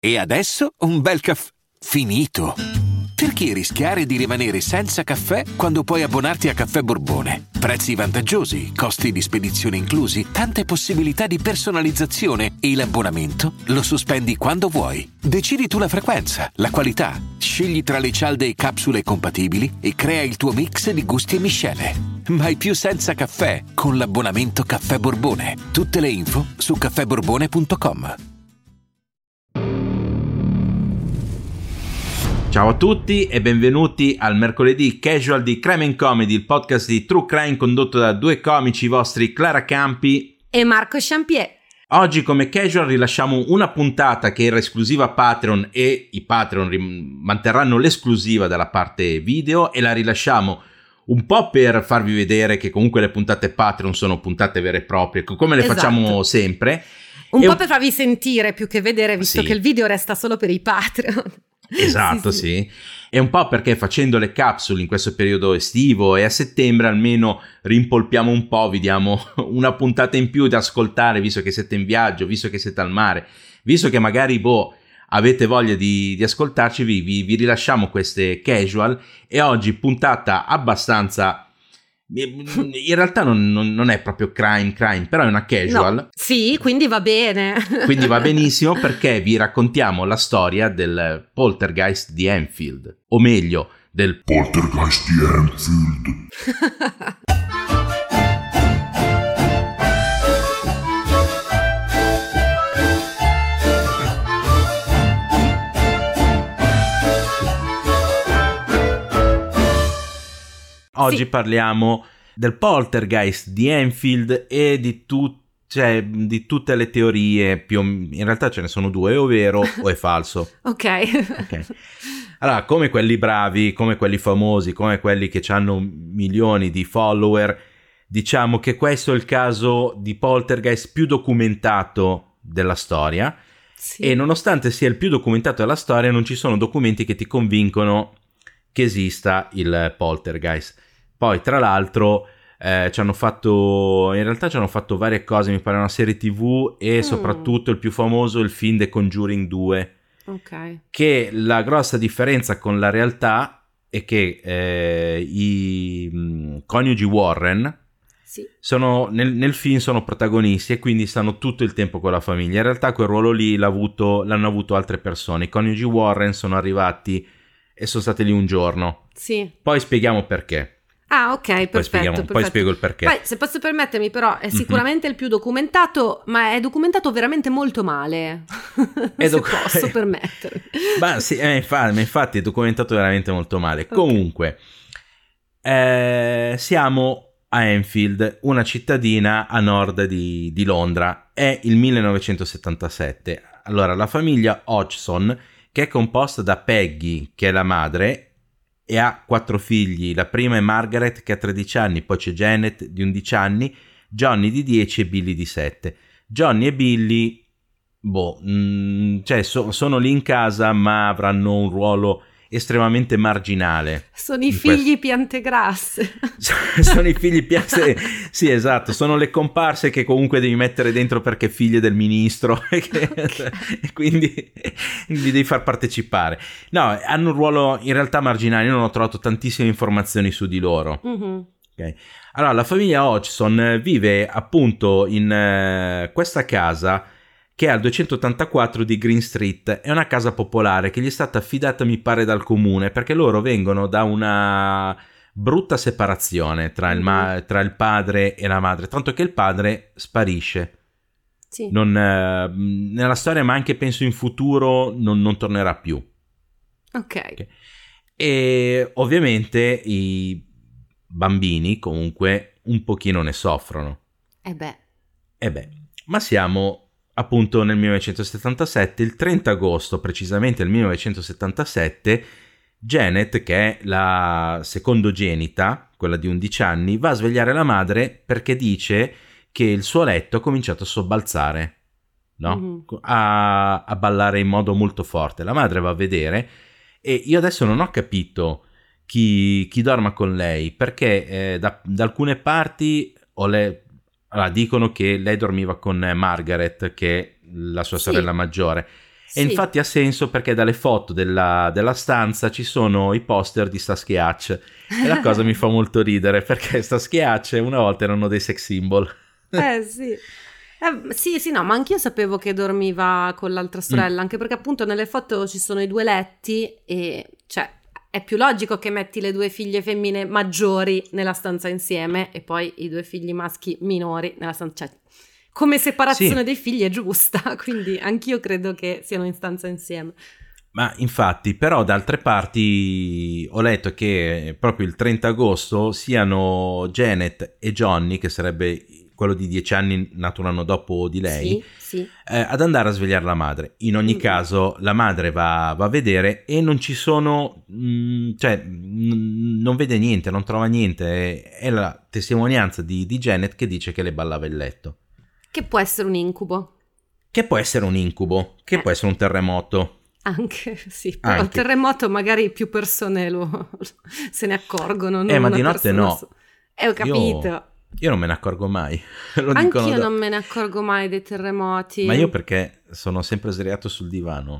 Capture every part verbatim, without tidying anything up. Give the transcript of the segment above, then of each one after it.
E adesso un bel caffè finito. Perché rischiare di rimanere senza caffè quando puoi abbonarti a Caffè Borbone? Prezzi vantaggiosi, costi di spedizione inclusi, tante possibilità di personalizzazione e l'abbonamento lo sospendi quando vuoi. Decidi tu la frequenza, la qualità, scegli tra le cialde e capsule compatibili e crea il tuo mix di gusti e miscele. Mai più senza caffè con l'abbonamento Caffè Borbone. Tutte le info su caffè borbone punto com. Ciao a tutti e benvenuti al mercoledì casual di Crime and Comedy, il podcast di True Crime condotto da due comici vostri, Clara Campi e Marco Champier. Oggi come casual rilasciamo una puntata che era esclusiva Patreon e i Patreon rim- manterranno l'esclusiva della parte video e la rilasciamo un po' per farvi vedere che comunque le puntate Patreon sono puntate vere e proprie, come le esatto. facciamo sempre. Un e po' un... per farvi sentire più che vedere, visto sì. che il video resta solo per i Patreon. Esatto, sì, sì. sì. E un po' perché facendo le capsule in questo periodo estivo e a settembre almeno rimpolpiamo un po', vi diamo una puntata in più da ascoltare, visto che siete in viaggio, visto che siete al mare, visto che magari, boh, avete voglia di, di ascoltarci, vi, vi, vi rilasciamo queste casual e oggi puntata abbastanza... In realtà non, non, non è proprio crime crime, però è una casual. No. Sì, quindi va bene. Quindi va benissimo perché vi raccontiamo la storia del poltergeist di Enfield, o meglio, del poltergeist di Enfield. Oggi sì. parliamo del poltergeist di Enfield e di, tu- cioè, di tutte le teorie, più, in realtà ce ne sono due, o vero o è falso. Ok. Ok. Allora, come quelli bravi, come quelli famosi, come quelli che hanno milioni di follower, diciamo che questo è il caso di poltergeist più documentato della storia. Sì. E nonostante sia il più documentato della storia, non ci sono documenti che ti convincono che esista il poltergeist. Poi tra l'altro eh, ci hanno fatto, in realtà ci hanno fatto varie cose, mi pare una serie tv e mm. soprattutto il più famoso il film The Conjuring due. Ok. Che la grossa differenza con la realtà è che eh, i mh, coniugi Warren sì. sono nel, nel film sono protagonisti e quindi stanno tutto il tempo con la famiglia. In realtà quel ruolo lì l'ha avuto, l'hanno avuto altre persone. I coniugi Warren sono arrivati e sono stati lì un giorno. Sì. Poi spieghiamo perché. Ah, ok, perfetto, Poi, spieghiamo, perfetto. poi spiego il perché. Poi, se posso permettermi, però, è sicuramente mm-hmm. il più documentato, ma è documentato veramente molto male. È doc- se posso permettermi. Ma sì, eh, infatti, infatti è documentato veramente molto male. Okay. Comunque, eh, siamo a Enfield, una cittadina a nord di, di Londra. È il millenovecentosettantasette. Allora, la famiglia Hodgson, che è composta da Peggy, che è la madre, e ha quattro figli. La prima è Margaret, che ha tredici anni, poi c'è Janet di undici anni, Johnny di dieci e Billy di sette. Johnny e Billy, boh, mh, cioè so, sono lì in casa, ma avranno un ruolo estremamente marginale. Sono i figli questo. Piante grasse. Sono i figli piante, sì, esatto, sono le comparse che comunque devi mettere dentro perché figlie del ministro e okay. quindi li devi far partecipare. No, hanno un ruolo in realtà marginale, io non ho trovato tantissime informazioni su di loro. Mm-hmm. Okay. Allora, la famiglia Hodgson vive appunto in uh, questa casa che è al duecentottantaquattro di Green Street. È una casa popolare che gli è stata affidata, mi pare, dal comune, perché loro vengono da una brutta separazione tra il, ma- tra il padre e la madre, tanto che il padre sparisce. Sì. Non, eh, nella storia, ma anche penso in futuro, non, non tornerà più. Ok. Okay. E ovviamente i bambini comunque un pochino ne soffrono. Eh beh. Eh beh, ma siamo... appunto nel millenovecentosettantasette, il trenta agosto precisamente del millenovecentosettantasette, Janet, che è la secondogenita, quella di undici anni, va a svegliare la madre perché dice che il suo letto ha cominciato a sobbalzare, no? Mm-hmm. a, a ballare in modo molto forte. La madre va a vedere e io adesso non ho capito chi, chi dorma con lei, perché eh, da, da alcune parti ho le... Allora, dicono che lei dormiva con Margaret, che è la sua sorella sì. maggiore, Sì. E infatti ha senso perché dalle foto della, della stanza ci sono i poster di Saskia Hatch e la cosa mi fa molto ridere perché Saskia Hatch una volta erano dei sex symbol. Eh sì. Eh, sì, sì, no, ma anch'io sapevo che dormiva con l'altra sorella, mm. anche perché appunto nelle foto ci sono i due letti e cioè è più logico che metti le due figlie femmine maggiori nella stanza insieme e poi i due figli maschi minori nella stanza, cioè come separazione sì. dei figli è giusta, quindi anch'io credo che siano in stanza insieme. Ma infatti, però da altre parti ho letto che proprio il trenta agosto siano Janet e Johnny, che sarebbe quello di dieci anni nato un anno dopo di lei, sì, sì. Eh, ad andare a svegliare la madre. In ogni mm. caso la madre va, va a vedere e non ci sono, mh, cioè mh, non vede niente, non trova niente, è, è la testimonianza di, di Janet che dice che le ballava il letto. Che può essere un incubo. Che può essere un incubo, che eh. può essere un terremoto. Anche, sì, però Anche. il terremoto magari più persone lo, se ne accorgono. Non eh, ma di notte no. So. Eh, ho capito. Io, io non me ne accorgo mai. Lo Anch'io do... non me ne accorgo mai dei terremoti. Ma io perché sono sempre sdraiato sul divano.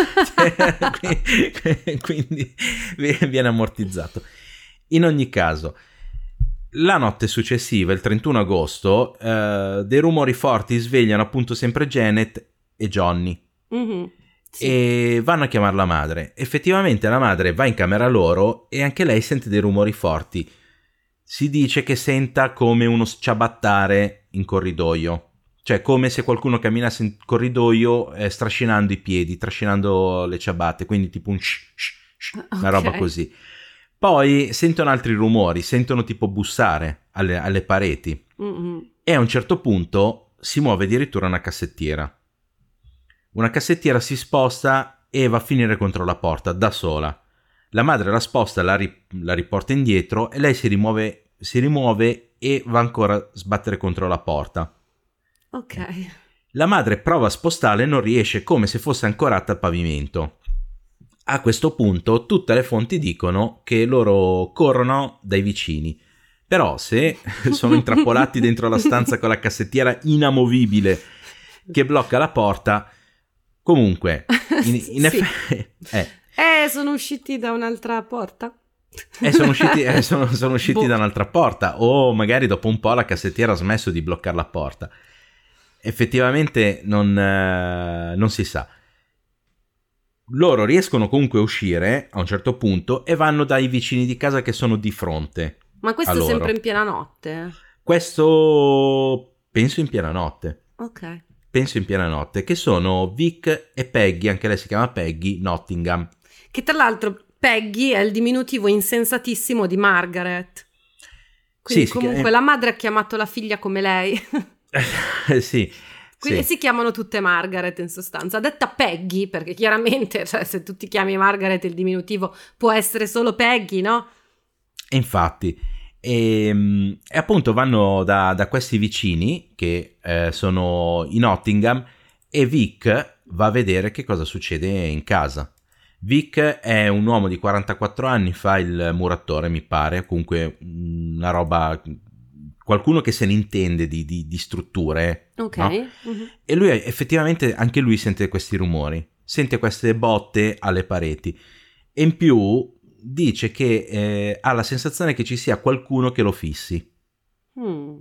Quindi viene ammortizzato. In ogni caso... La notte successiva, il trentuno agosto, eh, dei rumori forti svegliano appunto sempre Janet e Johnny. Mm-hmm, sì. E vanno a chiamare la madre. Effettivamente la madre va in camera loro e anche lei sente dei rumori forti. Si dice che senta come uno sciabattare in corridoio. Cioè come se qualcuno camminasse in corridoio eh, strascinando i piedi, trascinando le ciabatte. Quindi tipo un shh, shh, shh, una okay. roba così. Poi sentono altri rumori, sentono tipo bussare alle, alle pareti. Mm-hmm. E a un certo punto si muove addirittura una cassettiera. Una cassettiera si sposta e va a finire contro la porta da sola. La madre la sposta, la, ri- la riporta indietro e lei si rimuove, si rimuove e va ancora a sbattere contro la porta. Ok. La madre prova a spostarla e non riesce, come se fosse ancorata al pavimento. A questo punto tutte le fonti dicono che loro corrono dai vicini, però se sono intrappolati dentro la stanza con la cassettiera inamovibile che blocca la porta, comunque in, in sì. effetti eh. eh sono usciti da un'altra porta eh, sono usciti, eh, sono, sono usciti boh. da un'altra porta o magari dopo un po' la cassettiera ha smesso di bloccare la porta. Effettivamente non, eh, non si sa. Loro riescono comunque a uscire a un certo punto e vanno dai vicini di casa che sono di fronte. Ma questo è sempre in piena notte? Questo penso in piena notte. Ok. Penso in piena notte, che sono Vic e Peggy, anche lei si chiama Peggy Nottingham. Che tra l'altro Peggy è il diminutivo insensatissimo di Margaret. Quindi sì, comunque chiama... la madre ha chiamato la figlia come lei. Sì. Quindi sì. si chiamano tutte Margaret in sostanza. Detta Peggy, perché chiaramente, cioè, se tu ti chiami Margaret il diminutivo può essere solo Peggy, no? Infatti. E, e appunto vanno da, da questi vicini che eh, sono in Nottingham e Vic va a vedere che cosa succede in casa. Vic è un uomo di quarantaquattro anni, fa il muratore mi pare, comunque una roba... qualcuno che se ne intende di, di, di strutture, ok, no? Mm-hmm. E lui effettivamente anche lui sente questi rumori, sente queste botte alle pareti e in più dice che eh, ha la sensazione che ci sia qualcuno che lo fissi mm.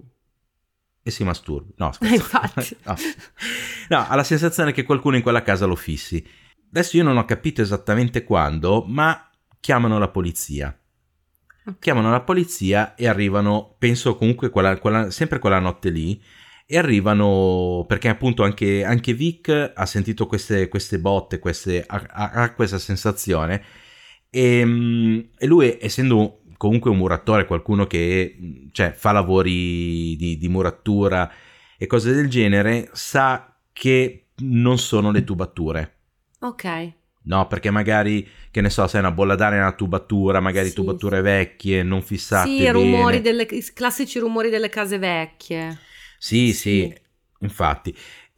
e si masturbi. No, scherzo. Infatti. no. no, ha la sensazione che qualcuno in quella casa lo fissi. Adesso io non ho capito esattamente quando, ma chiamano la polizia. Chiamano la polizia e arrivano, penso comunque quella, quella, sempre quella notte lì, e arrivano perché appunto anche, anche Vic ha sentito queste, queste botte, queste, ha, ha questa sensazione e, e lui, essendo comunque un muratore, qualcuno che cioè, fa lavori di, di muratura e cose del genere, sa che non sono le tubature. Ok. No, perché magari, che ne so, sai, una bolla d'aria, una tubatura, magari sì, tubature sì. vecchie, non fissate sì, bene. rumori delle, i classici rumori delle case vecchie. Sì, sì, sì, infatti.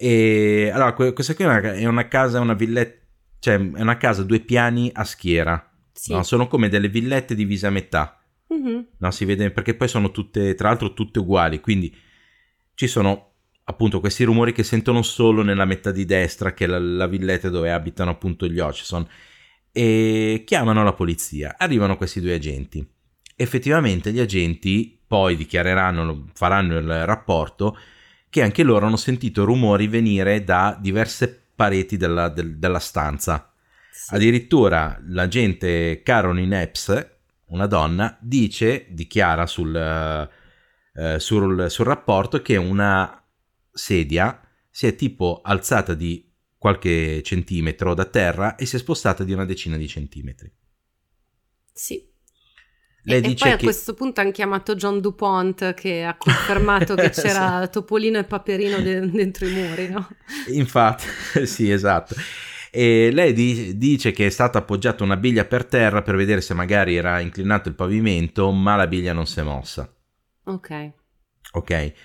E allora, questa qui è una, è una casa, una villetta, cioè è una casa due piani a schiera. Sì. No? Sono come delle villette divise a metà. Mm-hmm. No, si vede, perché poi sono tutte, tra l'altro, tutte uguali, quindi ci sono appunto questi rumori che sentono solo nella metà di destra, che è la, la villetta dove abitano appunto gli Hodgson, e chiamano la polizia. Arrivano questi due agenti. Effettivamente gli agenti poi dichiareranno, faranno il rapporto, che anche loro hanno sentito rumori venire da diverse pareti della, del, della stanza. Sì. Addirittura l'agente Caroline Epps, una donna, dice, dichiara sul, uh, sul, sul rapporto che una sedia si è tipo alzata di qualche centimetro da terra e si è spostata di una decina di centimetri. Sì. Lei e, dice e poi a che... questo punto hanno chiamato John DuPont, che ha confermato che c'era sì. Topolino e Paperino de- dentro i muri, no? Infatti, sì, esatto. E lei di- dice che è stata appoggiata una biglia per terra per vedere se magari era inclinato il pavimento, ma la biglia non si è mossa. Ok. Ok.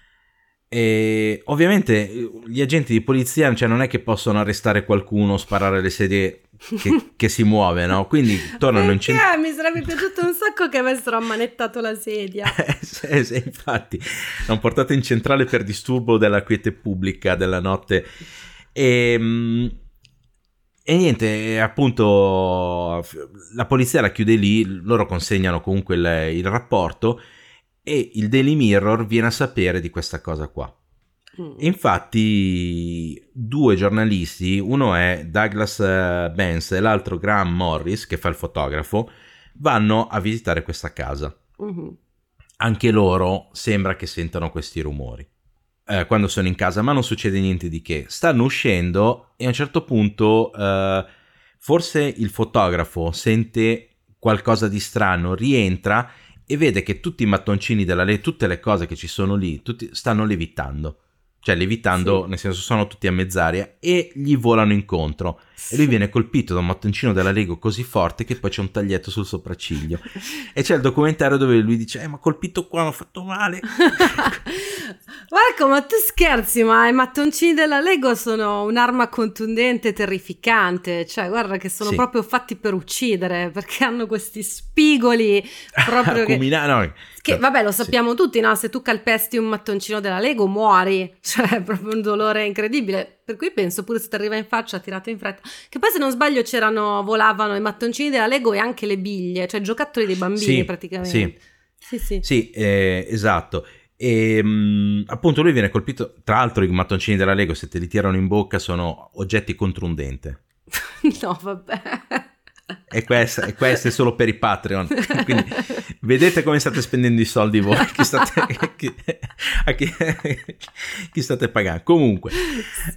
E ovviamente gli agenti di polizia, cioè, non è che possono arrestare qualcuno, sparare le sedie che, che si muove, no? Quindi tornano in centrale. Mi sarebbe piaciuto un sacco che avessero ammanettato la sedia. eh, sì, sì, infatti l'hanno portato in centrale per disturbo della quiete pubblica della notte. E, e niente, appunto la polizia la chiude lì, loro consegnano comunque il, il rapporto. E il Daily Mirror viene a sapere di questa cosa qua. Mm. Infatti due giornalisti, uno è Douglas Benz e l'altro Graham Morris, che fa il fotografo, vanno a visitare questa casa. Mm-hmm. Anche loro sembra che sentano questi rumori eh, quando sono in casa, ma non succede niente di che. Stanno uscendo e a un certo punto eh, forse il fotografo sente qualcosa di strano, rientra e vede che tutti i mattoncini della le tutte le cose che ci sono lì tutti stanno levitando, cioè levitando, sì. Nel senso sono tutti a mezz'aria e gli volano incontro, sì. E lui viene colpito da un mattoncino della Lego così forte che poi c'è un taglietto sul sopracciglio e c'è il documentario dove lui dice eh ma colpito qua, mi ho fatto male. Guarda, ma tu scherzi, ma i mattoncini della Lego sono un'arma contundente, terrificante, cioè guarda che sono sì. proprio fatti per uccidere, perché hanno questi spigoli proprio che... no. Che vabbè, lo sappiamo sì. tutti, no? Se tu calpesti un mattoncino della Lego muori, cioè è proprio un dolore incredibile. Per cui penso pure se ti arriva in faccia tirato in fretta. Che poi se non sbaglio c'erano, volavano i mattoncini della Lego e anche le biglie, cioè giocattoli dei bambini sì, praticamente. Sì, sì, sì, sì eh, esatto. E mh, appunto lui viene colpito, tra l'altro i mattoncini della Lego se te li tirano in bocca sono oggetti contundente. No, vabbè. E questo, e questo è solo per i Patreon, quindi vedete come state spendendo i soldi voi, chi state, chi, a chi, chi state pagando. Comunque sì.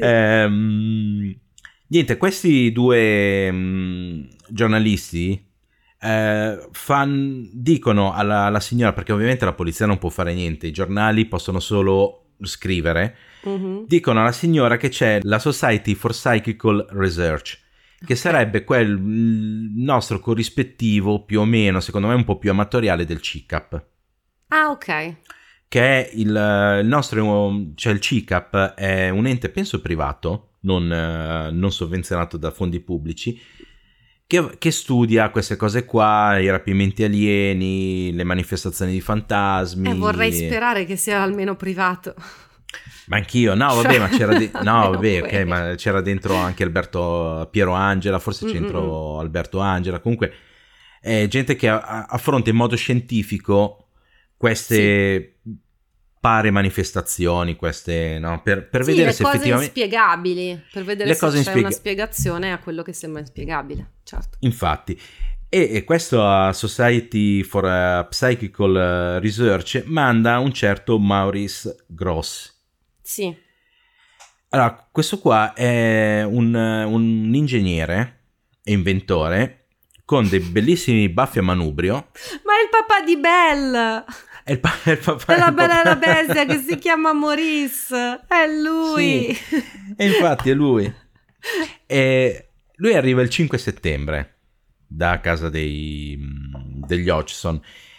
ehm, niente, questi due mh, giornalisti eh, fan, dicono alla, alla signora, perché ovviamente la polizia non può fare niente, i giornali possono solo scrivere, mm-hmm. dicono alla signora che c'è la Society for Psychical Research, che sarebbe quel il nostro corrispettivo più o meno, secondo me un po' più amatoriale del C I C A P. Ah, ok. Che è il, il nostro, cioè il C I C A P è un ente penso privato, non, non sovvenzionato da fondi pubblici, che, che studia queste cose qua, i rapimenti alieni, le manifestazioni di fantasmi. E eh, vorrei sperare che sia almeno privato. Ma anch'io, no vabbè, ma c'era de- no vabbè, ok, ma c'era dentro anche Alberto Piero Angela, forse c'è dentro Mm-mm. Alberto Angela, comunque è gente che a- affronta in modo scientifico queste sì. pare manifestazioni, queste, no, per, per sì, vedere le se cose effettivamente inspiegabili, per vedere le se cose c'è inspiega- una spiegazione a quello che sembra inspiegabile, certo. Infatti. E, e questo Society for uh, Psychical Research manda un certo Maurice Gross. Sì. Allora, questo qua è un, un ingegnere e inventore con dei bellissimi baffi a manubrio. Ma è il papà di Belle! È il, pa- è il papà della il Bella e papà. la Bestia che si chiama Maurice! È lui! Sì, e infatti è lui. E lui arriva il cinque settembre da casa dei, degli Hodgson.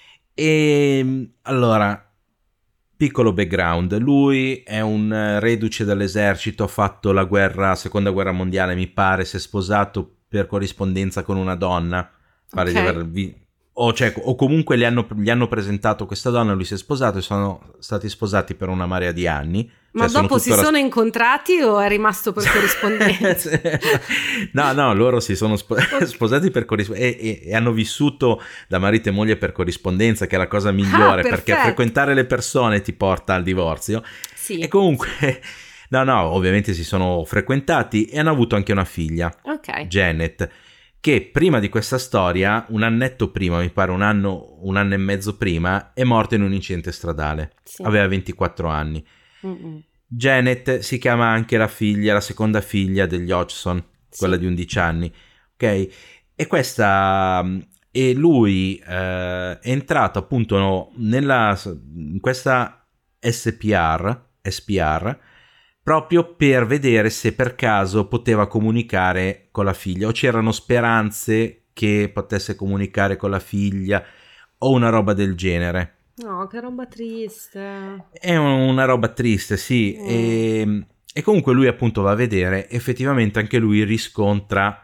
E allora... Piccolo background, lui è un reduce dall'esercito, ha fatto la guerra, seconda guerra mondiale mi pare, si è sposato per corrispondenza con una donna, pare okay. di aver vi- o, cioè, o comunque gli hanno, gli hanno presentato questa donna, lui si è sposato e sono stati sposati per una marea di anni. Ma cioè, dopo sono si sono incontrati o è rimasto per corrispondenza? no, no, loro si sono sp- sposati per corrispondenza e, e, e hanno vissuto da marito e moglie per corrispondenza, che è la cosa migliore, ah, perché frequentare le persone ti porta al divorzio. Sì. E comunque, no, no, ovviamente si sono frequentati e hanno avuto anche una figlia, ok, Janet, che prima di questa storia, un annetto prima, mi pare un anno, un anno e mezzo prima, è morta in un incidente stradale. Sì. Aveva ventiquattro anni. Mm-mm. Janet si chiama anche la figlia, la seconda figlia degli Hodgson, quella sì. di undici anni, ok? E questa, e lui eh, è entrato appunto nella, in questa S P R, S P R, proprio per vedere se per caso poteva comunicare con la figlia o c'erano speranze che potesse comunicare con la figlia o una roba del genere. No, che roba triste. È una roba triste, sì. Mm. E, e comunque lui appunto va a vedere, effettivamente anche lui riscontra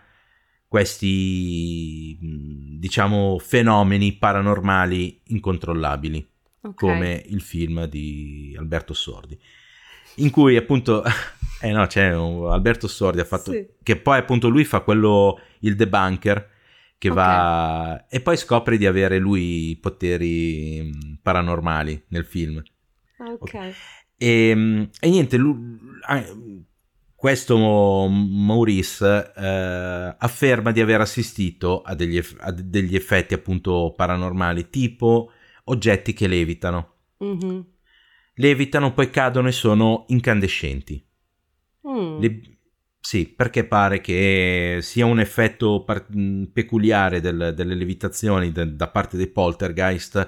questi, diciamo, fenomeni paranormali incontrollabili, okay. come il film di Alberto Sordi, in cui appunto, eh no, c'è un, Alberto Sordi ha fatto, sì. che poi appunto lui fa quello, il debunker, che okay. va e poi scopre di avere lui poteri paranormali nel film. Ok. okay. E, e niente, lui, questo Maurice eh, afferma di aver assistito a degli, a degli effetti appunto paranormali, tipo oggetti che levitano. Mm-hmm. Levitano, poi cadono e sono incandescenti. Mm. Le, Sì, perché pare che sia un effetto par- peculiare del, delle levitazioni de- da parte dei poltergeist,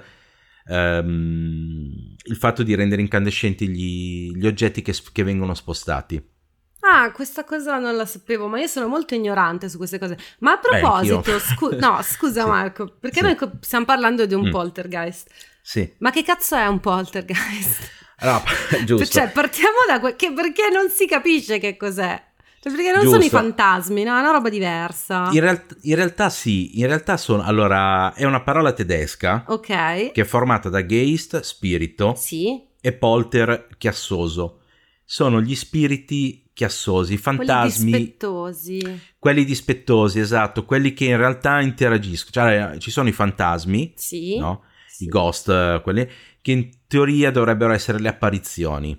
ehm, il fatto di rendere incandescenti gli, gli oggetti che, che vengono spostati. Ah, questa cosa non la sapevo, ma io sono molto ignorante su queste cose. Ma a proposito, Beh, scu- no, scusa sì. Marco, perché sì. noi co- stiamo parlando di un mm. poltergeist. Sì. Ma che cazzo è un poltergeist? No, giusto. Cioè, partiamo da que- che perché non si capisce che cos'è. Perché non Giusto. sono i fantasmi, no? È una roba diversa. In, real- in realtà sì, in realtà sono, allora, è una parola tedesca, ok, che è formata da Geist, spirito, sì, e Polter, chiassoso. Sono gli spiriti chiassosi, fantasmi. quelli dispettosi. Quelli dispettosi, esatto, quelli che in realtà interagiscono. Cioè, ci sono i fantasmi, sì, no? sì. I ghost, quelli che in teoria dovrebbero essere le apparizioni.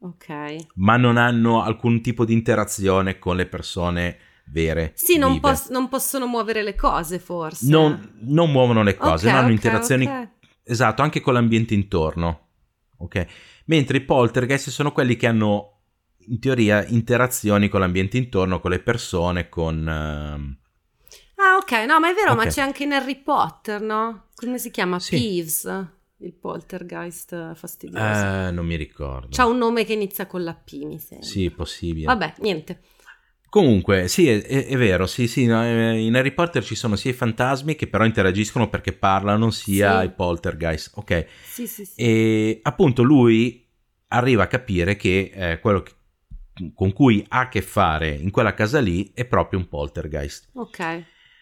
Ok. Ma non hanno alcun tipo di interazione con le persone vere. Sì, non, vive. pos- non possono muovere le cose, forse. Non, non muovono le cose, Ok, non hanno ok, interazioni, ok. esatto, anche con l'ambiente intorno. Ok. Mentre i poltergeist sono quelli che hanno, in teoria, interazioni con l'ambiente intorno, con le persone, con... Uh... Ah, ok, no, ma è vero, Ok. ma c'è anche in Harry Potter, no? Come si chiama? Sì. Peeves, il poltergeist fastidioso. Eh, non mi ricordo. C'ha un nome che inizia con la P, mi sembra. Sì, possibile. Vabbè, niente. Comunque, sì, è, è- è vero, sì, sì, no, eh, in Harry Potter ci sono sia i fantasmi che però interagiscono perché parlano, sia Sì. i poltergeist, ok? Sì, sì, sì. E appunto lui arriva a capire che eh, quello che- con cui ha a che fare in quella casa lì è proprio un poltergeist. Ok.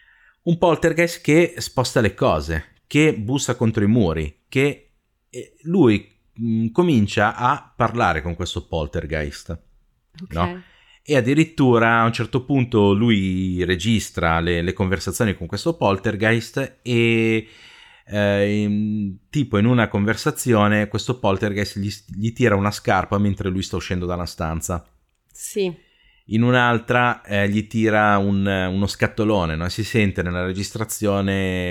Un poltergeist che sposta le cose, che bussa contro i muri, che eh, lui mh, comincia a parlare con questo poltergeist, Ok. no? E addirittura a un certo punto lui registra le, le conversazioni con questo poltergeist e eh, in- tipo in una conversazione questo poltergeist gli, gli tira una scarpa mentre lui sta uscendo da una stanza. Sì. In un'altra eh, gli tira un- uno scattolone, no? Si sente nella registrazione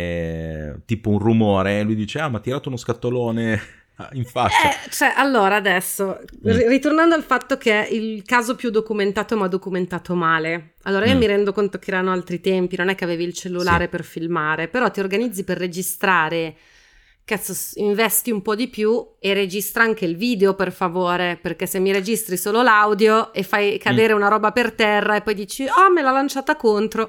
eh, tipo un rumore e lui dice ah ma ha tirato uno scattolone in faccia. Eh, cioè, allora adesso, Mm. ri- ritornando al fatto che è il caso più documentato ma documentato male. Allora io Mm. mi rendo conto che erano altri tempi, non è che avevi il cellulare Sì. per filmare, però ti organizzi per registrare, cazzo, s- investi un po' di più e registra anche il video, per favore, perché se mi registri solo l'audio e fai cadere una roba per terra e poi dici oh me l'ha lanciata contro,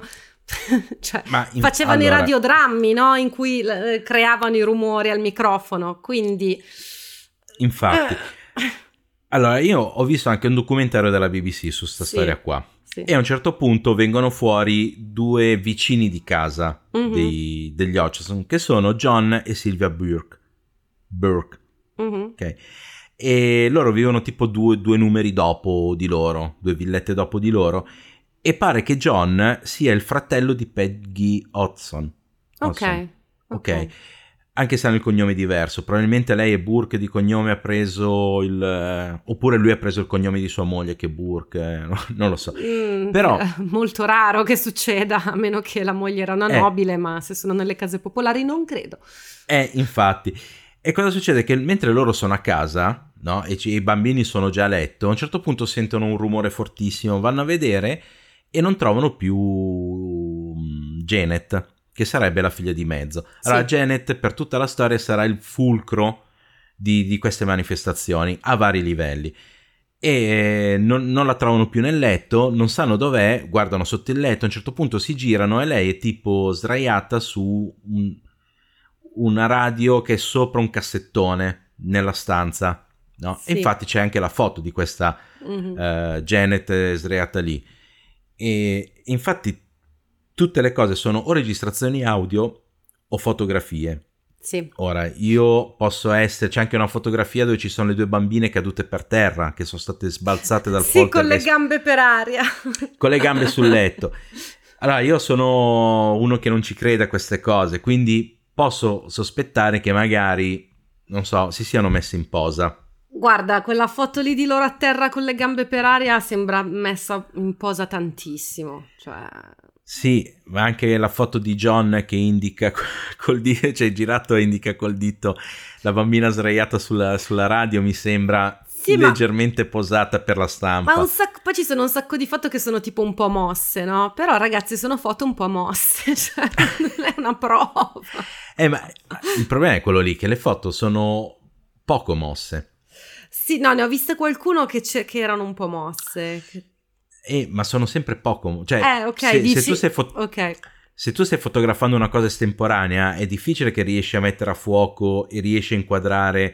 cioè Ma in- facevano allora- i radiodrammi, no? In cui eh, creavano i rumori al microfono, quindi Infatti, eh. Allora, io ho visto anche un documentario della B B C su sta Sì, storia qua. sì. E a un certo punto vengono fuori due vicini di casa Mhm. dei- degli Hutchison, che sono John e Sylvia Burke. Burke, Mhm. ok? E loro vivono tipo due, due numeri dopo di loro, due villette dopo di loro. E pare che John sia il fratello di Peggy Hudson. Hudson. Ok, Ok. ok. Anche se hanno il cognome diverso, probabilmente lei è Burke di cognome, ha preso il... eh, oppure lui ha preso il cognome di sua moglie che è Burke, eh, no- non lo so. Mm, Però- eh, molto raro che succeda, a meno che la moglie era una Eh. nobile, ma se sono nelle case popolari non credo. Eh, infatti. E cosa succede? Che mentre loro sono a casa, no? E ci- i bambini sono già a letto, a un certo punto sentono un rumore fortissimo, vanno a vedere e non trovano più mm, Janet, che sarebbe la figlia di mezzo. Allora Sì. Janet per tutta la storia sarà il fulcro di, di queste manifestazioni a vari livelli. E non, non la trovano più nel letto, non sanno dov'è, guardano sotto il letto, a un certo punto si girano e lei è tipo sdraiata su un- una radio che è sopra un cassettone nella stanza, no? Sì. E infatti c'è anche la foto di questa Mhm. eh, Janet eh, sdraiata lì. E infatti tutte le cose sono o registrazioni audio o fotografie. Sì. Ora, io posso essere... C'è anche una fotografia dove ci sono le due bambine cadute per terra, che sono state sbalzate dal Sì, con le poltergeist gambe per aria. con le gambe sul letto. Allora, io sono uno che non ci crede a queste cose, quindi posso sospettare che magari, non so, si siano messi in posa. Guarda, quella foto lì di loro a terra con le gambe per aria sembra messa in posa tantissimo. Cioè, Sì, ma anche la foto di John che indica col dito, cioè girato e indica col dito la bambina sdraiata sulla, sulla radio, mi sembra Sì, ma- leggermente posata per la stampa. ma un sacco, poi ci sono un sacco di foto che sono tipo un po' mosse, no? Però ragazzi, sono foto un po' mosse, cioè non è una prova. Eh, ma il problema è quello lì, che le foto sono poco mosse. Sì, no, ne ho viste qualcuno che, c'è- che erano un po' mosse. che- Eh, ma sono sempre poco, cioè Eh, ok, se, dici... se tu stai fo- Ok, se tu stai fotografando una cosa estemporanea è difficile che riesci a mettere a fuoco e riesci a inquadrare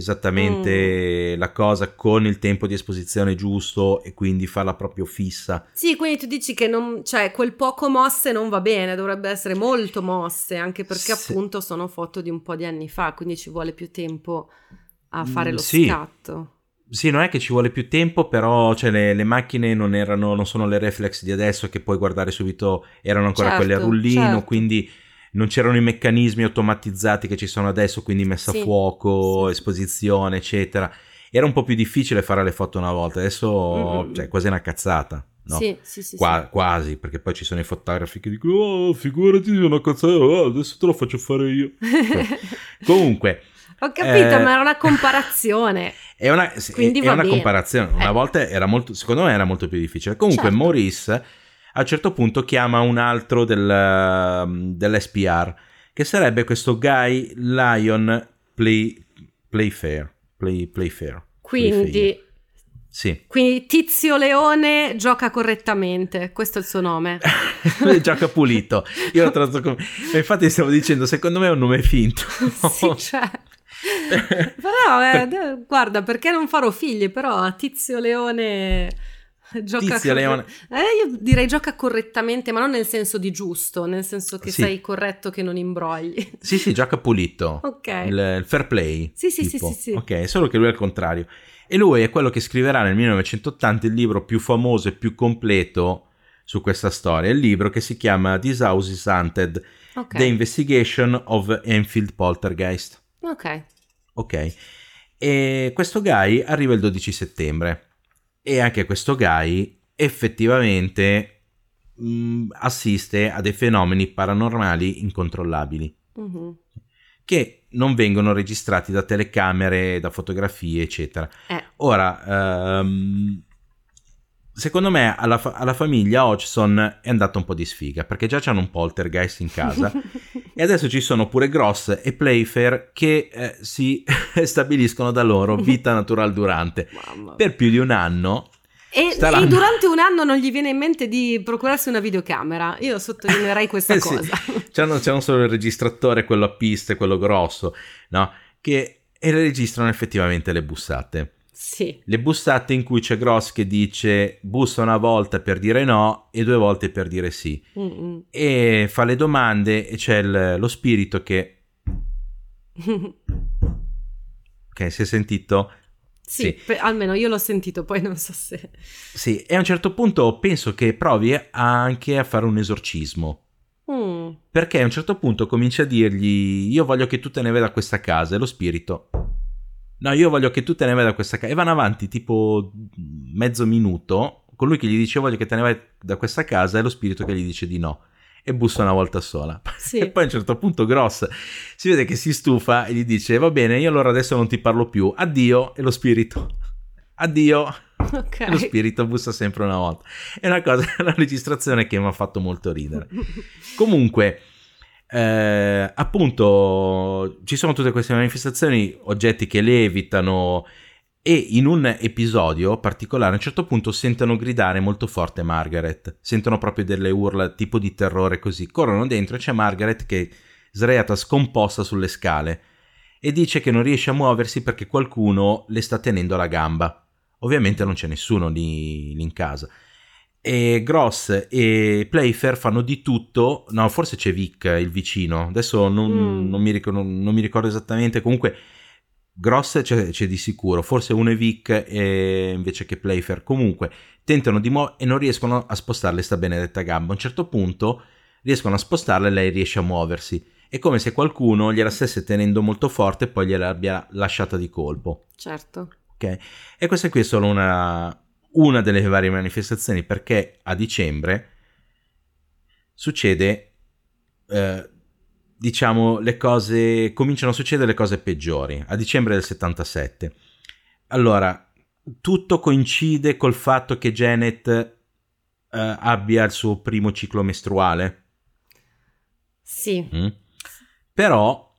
esattamente la cosa con il tempo di esposizione giusto e quindi farla proprio fissa. sì, quindi tu dici che non, cioè, quel poco mosse non va bene, dovrebbe essere molto mosse, anche perché Sì. appunto sono foto di un po' di anni fa, quindi ci vuole più tempo a fare Mm, lo sì. scatto. Sì, non è che ci vuole più tempo, però cioè, le, le macchine non erano, non sono le reflex di adesso che puoi guardare subito, erano ancora Certo, quelle a rullino, certo. quindi non c'erano i meccanismi automatizzati che ci sono adesso, quindi messa Sì, a fuoco, sì. esposizione, eccetera. Era un po' più difficile fare le foto una volta, adesso Mm-mm. cioè, quasi una cazzata, no? Sì, sì, sì, Qua- sì. Quasi, perché poi ci sono i fotografi che dicono oh, figurati, è una cazzata, oh, adesso te lo faccio fare io. Comunque... Ho capito, Eh, ma era una comparazione. È una, sì, Quindi è va una bene. comparazione. Una Eh. volta era molto, secondo me era molto più difficile. Comunque, Certo. Maurice a un certo punto chiama un altro del, dell'S P R, che sarebbe questo Guy Lyon Play, Playfair. Play, Playfair. Quindi, Playfair. Sì. quindi Tizio Leone gioca correttamente, questo è il suo nome. Gioca pulito. Io l'ho tratto come... Infatti stavo dicendo, secondo me è un nome finto. Sì, cioè. Però, eh, de- guarda, perché non farò figli? Però Tizio Leone gioca Tizio Leone. Eh, io direi gioca correttamente, ma non nel senso di giusto, nel senso che Sì. sei corretto, che non imbrogli. Sì, sì, gioca pulito. Ok. Il, il fair play. Sì, sì, tipo. sì, sì, sì. Ok, solo che lui è il contrario. E lui è quello che scriverà nel millenovecentottanta il libro più famoso e più completo su questa storia. Il libro che si chiama This House is Haunted, Ok. The Investigation of Enfield Poltergeist. Ok. Ok. E questo Guy arriva il dodici settembre. E anche questo Guy effettivamente mh, assiste a dei fenomeni paranormali incontrollabili, Mhm. che non vengono registrati da telecamere, da fotografie, eccetera. Eh. Ora, ehm, secondo me alla, fa- alla famiglia Hodgson è andata un po' di sfiga, perché già c'hanno un poltergeist in casa e adesso ci sono pure Gross e Playfair che eh, si stabiliscono da loro vita natural durante. Mamma. Per più di un anno. E, staranno- e durante un anno non gli viene in mente di procurarsi una videocamera. Io sottolineerei questa Eh sì, cosa. c'hanno, c'hanno solo il registratore, quello a piste, quello grosso, no? Che e registrano effettivamente le bussate. Sì. Le bussate in cui c'è Gross che dice bussa una volta per dire no e due volte per dire sì. Mm-mm. E fa le domande e c'è il, lo spirito che... Ok, si è sentito? Sì, Sì. pe- almeno io l'ho sentito, poi non so se... Sì, e a un certo punto penso che provi anche a fare un esorcismo. Mm. Perché a un certo punto comincia a dirgli io voglio che tu te ne vai da questa casa, e lo spirito no, io voglio che tu te ne vai da questa casa, e vanno avanti tipo mezzo minuto con lui che gli dice voglio che te ne vai da questa casa e lo spirito che gli dice di no e bussa una volta sola. Sì. E poi a un certo punto Gross si vede che si stufa e gli dice va bene, io allora adesso non ti parlo più, addio, e lo spirito addio. Ok. E lo spirito bussa sempre una volta. È una cosa, una registrazione che mi ha fatto molto ridere. Comunque, eh, appunto, ci sono tutte queste manifestazioni, oggetti che levitano, e in un episodio particolare a un certo punto sentono gridare molto forte Margaret. Sentono proprio delle urla tipo di terrore così. Corrono dentro e c'è Margaret che è sdraiata scomposta sulle scale e dice che non riesce a muoversi perché qualcuno le sta tenendo la gamba. Ovviamente non c'è nessuno lì, lì in casa. E Gross e Playfair fanno di tutto. No, forse c'è Vic, il vicino. Adesso non, Mm. non, mi, ricordo, non mi ricordo esattamente. Comunque Gross c'è, c'è di sicuro. Forse uno è Vic e, invece che Playfair. Comunque tentano di muovere e non riescono a spostarle sta benedetta gamba. A un certo punto riescono a spostarla e lei riesce a muoversi. È come se qualcuno gliela stesse tenendo molto forte e poi gliela abbia lasciata di colpo. Certo. Okay. E questa qui è solo una, una delle varie manifestazioni, perché a dicembre succede, eh, diciamo, le cose, cominciano a succedere le cose peggiori, a dicembre del settantasette. Allora, tutto coincide col fatto che Janet eh, abbia il suo primo ciclo mestruale. Sì. Mm? Però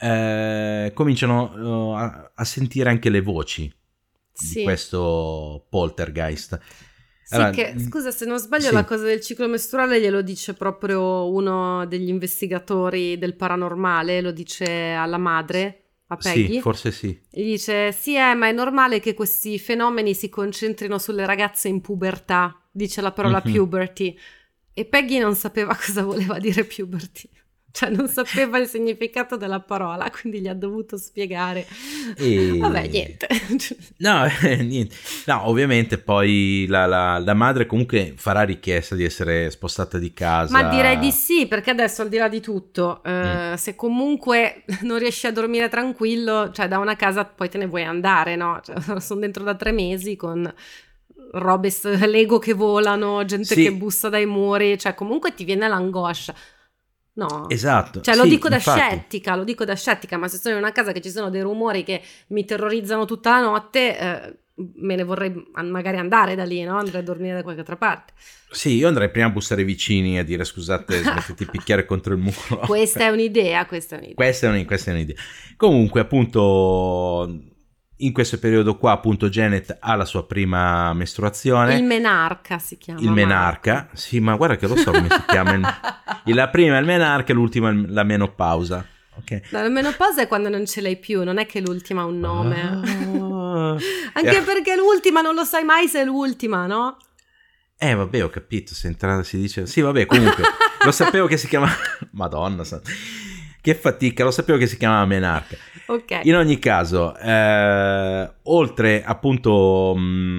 eh, cominciano uh, a, a sentire anche le voci Sì. di questo poltergeist. Sì, Allora, che scusa, se non sbaglio, sì. la cosa del ciclo mestruale glielo dice proprio uno degli investigatori del paranormale, lo dice alla madre, a Peggy. Sì, forse sì. E gli dice: sì, eh, ma è normale che questi fenomeni si concentrino sulle ragazze in pubertà, dice la parola Mhm. puberty. E Peggy non sapeva cosa voleva dire puberty. Cioè non sapeva il significato della parola, quindi gli ha dovuto spiegare. E- Vabbè, niente. No, eh, niente. No, ovviamente poi la, la- la madre comunque farà richiesta di essere spostata di casa. Ma direi di sì, perché adesso al di là di tutto, eh, Mm. se comunque non riesci a dormire tranquillo, cioè da una casa poi te ne vuoi andare, no? Cioè, sono dentro da tre mesi con robe, s- Lego che volano, gente Sì. che bussa dai muri, cioè comunque ti viene l'angoscia. No. Esatto. Cioè lo sì, dico da infatti. scettica, lo dico da scettica, ma se sono in una casa che ci sono dei rumori che mi terrorizzano tutta la notte, eh, me ne vorrei an- magari andare da lì, no? Andrei a dormire da qualche altra parte. Sì, io andrei prima a bussare ai vicini a dire scusate, smettete di picchiare contro il muro. Questa è un'idea, questa è un'idea. Questa è, un- questa è un'idea. Comunque, appunto, in questo periodo qua, appunto, Janet ha la sua prima mestruazione. Il menarca si chiama. Il menarca. Sì, ma guarda che lo so come si chiama. Il- La prima è il menarca e l'ultima è la menopausa. Ok. No, la menopausa è quando non ce l'hai più, non è che l'ultima ha un nome. Ah. Anche Eh. perché l'ultima non lo sai mai se è l'ultima, no? Eh, vabbè, ho capito. Se entrata si dice. Sì, vabbè, comunque. Lo sapevo che si chiama. Madonna, sa- che fatica, lo sapevo che si chiamava menarca. Ok. In ogni caso, eh, oltre appunto,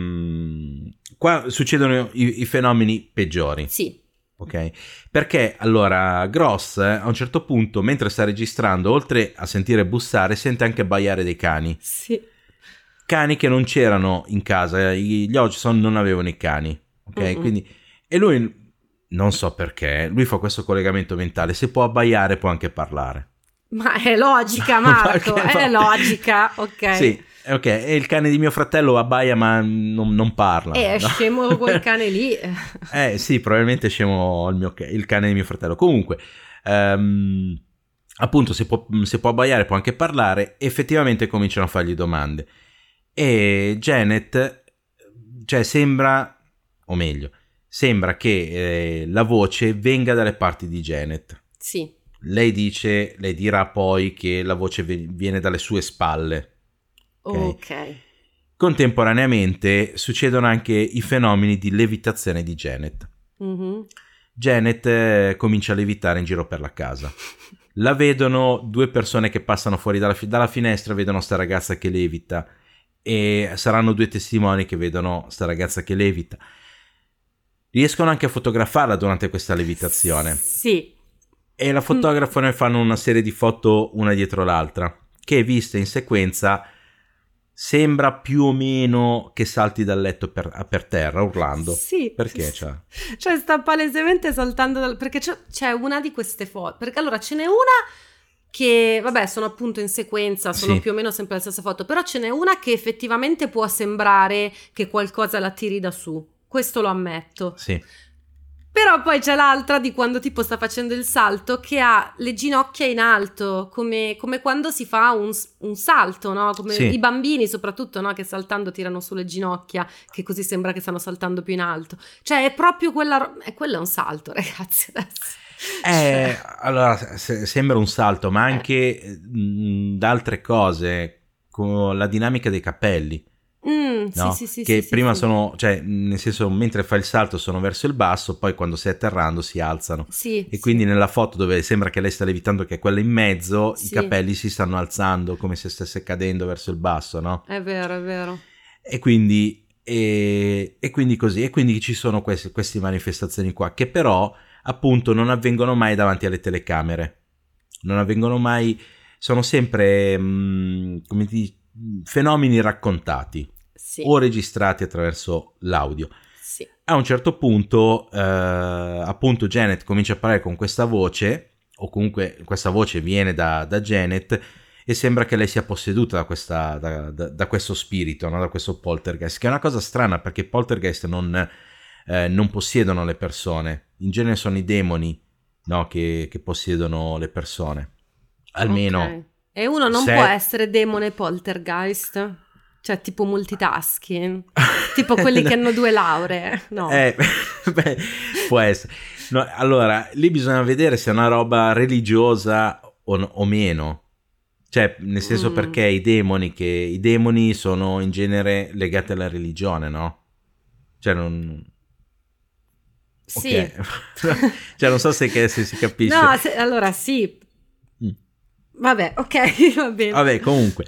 mh, qua succedono i, i fenomeni peggiori, Sì. ok? Perché allora Gross eh, a un certo punto, mentre sta registrando, oltre a sentire bussare, sente anche abbaiare dei cani. Sì. Cani che non c'erano in casa, i- gli Hodgson non avevano i cani, ok? Mm-mm. Quindi, e lui, non so perché, lui fa questo collegamento mentale, se può abbaiare può anche parlare. Ma è logica, Marco, Perché è va- logica, ok. Sì, ok, e il cane di mio fratello abbaia ma non, non parla. E è no? scemo quel cane lì. Eh sì, probabilmente è scemo il, mio, ca- il cane di mio fratello. Comunque, ehm, appunto, se può, se può abbaiare può anche parlare, effettivamente cominciano a fargli domande. E Janet, cioè sembra, o meglio, sembra che eh, la voce venga dalle parti di Janet. Sì. Lei dice, lei dirà poi che la voce ve- viene dalle sue spalle. Ok. Ok. Contemporaneamente succedono anche i fenomeni di levitazione di Janet. Mm-hmm. Janet eh, comincia a levitare in giro per la casa. La vedono due persone che passano fuori dalla, fi- dalla finestra, vedono sta ragazza che levita, e saranno due testimoni che vedono sta ragazza che levita. Riescono anche a fotografarla durante questa levitazione. Sì. E la fotografano e fanno una serie di foto una dietro l'altra, che viste in sequenza sembra più o meno che salti dal letto per, per terra urlando. Sì. Perché c'è? Cioè sta palesemente saltando dal... perché c'è, c'è una di queste foto, perché allora ce n'è una che vabbè sono appunto in sequenza, sono Sì. più o meno sempre la stessa foto, però ce n'è una che effettivamente può sembrare che qualcosa la tiri da su, questo lo ammetto. Sì. Però poi c'è l'altra di quando tipo sta facendo il salto, che ha le ginocchia in alto, come, come quando si fa un, un salto, no? Come Sì. i bambini soprattutto, no? Che saltando tirano sulle ginocchia, che così sembra che stanno saltando più in alto. Cioè è proprio quella... ro- eh, quello è un salto, ragazzi, adesso. Eh, Cioè, allora se- sembra un salto, ma anche mh, da altre cose, con la dinamica dei capelli. mm, No? sì, sì, sì, Che sì, prima sì, sono, cioè nel senso, mentre fa il salto sono verso il basso, poi quando stai atterrando si alzano. sì, E sì. quindi nella foto dove sembra che lei sta levitando, che è quella in mezzo, Sì. i capelli si stanno alzando come se stesse cadendo verso il basso, no? È vero, è vero. E quindi, e, e quindi così, e quindi ci sono queste, queste manifestazioni qua, che però appunto non avvengono mai davanti alle telecamere, non avvengono mai, sono sempre mh, come ti, fenomeni raccontati. Sì, O registrati attraverso l'audio. sì. A un certo punto, eh, appunto, Janet comincia a parlare con questa voce, o comunque questa voce viene da, da Janet, e sembra che lei sia posseduta da, questa, da, da, da questo spirito, no? Da questo poltergeist, che è una cosa strana perché i poltergeist non, eh, non possiedono le persone. In genere sono i demoni, no? che, che possiedono le persone. Almeno. Ok. E uno non se- può essere demone poltergeist? Cioè tipo multitasking? Tipo quelli che hanno due lauree? No. Eh, beh, può essere. No, allora, lì bisogna vedere se è una roba religiosa o, o meno. Cioè, nel senso, Mm. perché i demoni che i demoni sono in genere legati alla religione, no? Cioè, non... Sì. Ok. Cioè, non so se, che, se si capisce. No, se- allora sì. Mm. Vabbè, ok, va bene. Vabbè, comunque.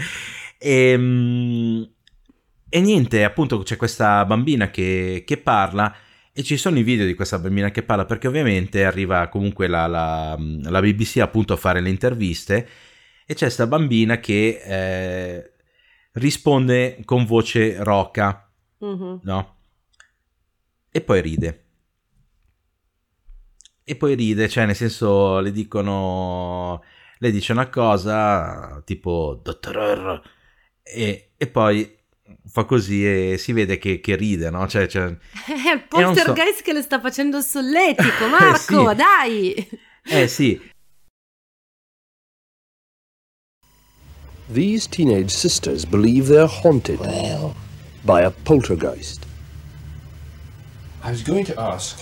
Ehm, E, niente, appunto c'è questa bambina che, che parla, e ci sono i video di questa bambina che parla, perché ovviamente arriva comunque la, la, la B B C appunto a fare le interviste, e c'è questa bambina che eh, risponde con voce roca, Mhm. no? E poi ride. E poi ride, cioè nel senso le dicono, lei dice una cosa tipo dottor R, e, e poi fa così e si vede che, che ride, no? Cioè, cioè, È il E non so- poltergeist che le sta facendo il solletico, Marco, sì. dai! eh sì, These teenage sisters believe they're haunted by a poltergeist. I was going to ask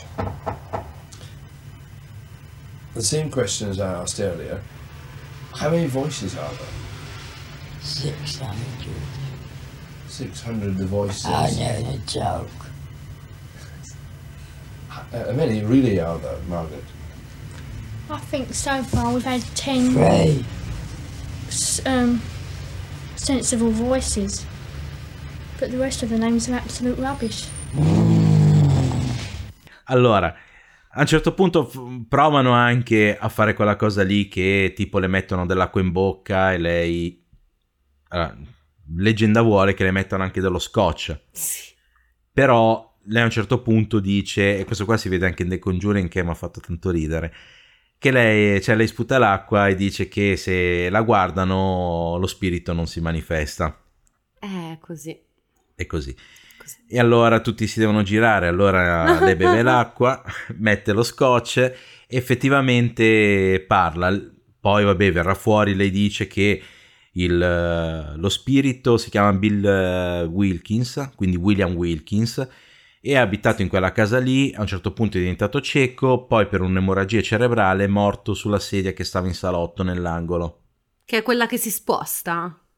the same question as I asked earlier. How many voices are there? Six hundred. six hundred the voices. I know the joke. Uh, how many really are there, Margaret? I think so far we've had ten Three. s- um, sensible voices, but the rest of the names are absolute rubbish. allora, a un certo punto f- provano anche a fare quella cosa lì che tipo le mettono dell'acqua in bocca e lei... Allora, leggenda vuole che le mettano anche dello scotch. Sì. Però lei a un certo punto dice, e questo qua si vede anche in The Conjuring che mi ha fatto tanto ridere, che lei, cioè lei sputa l'acqua e dice che se la guardano lo spirito non si manifesta. Eh, così. E così. Così. E allora tutti si devono girare, allora lei beve l'acqua, mette lo scotch, effettivamente parla. Poi vabbè, verrà fuori, lei dice che il, lo spirito si chiama Bill Wilkins, quindi William Wilkins, è abitato in quella casa lì, a un certo punto è diventato cieco, poi per un'emorragia cerebrale è morto sulla sedia che stava in salotto nell'angolo. Che è quella che si sposta.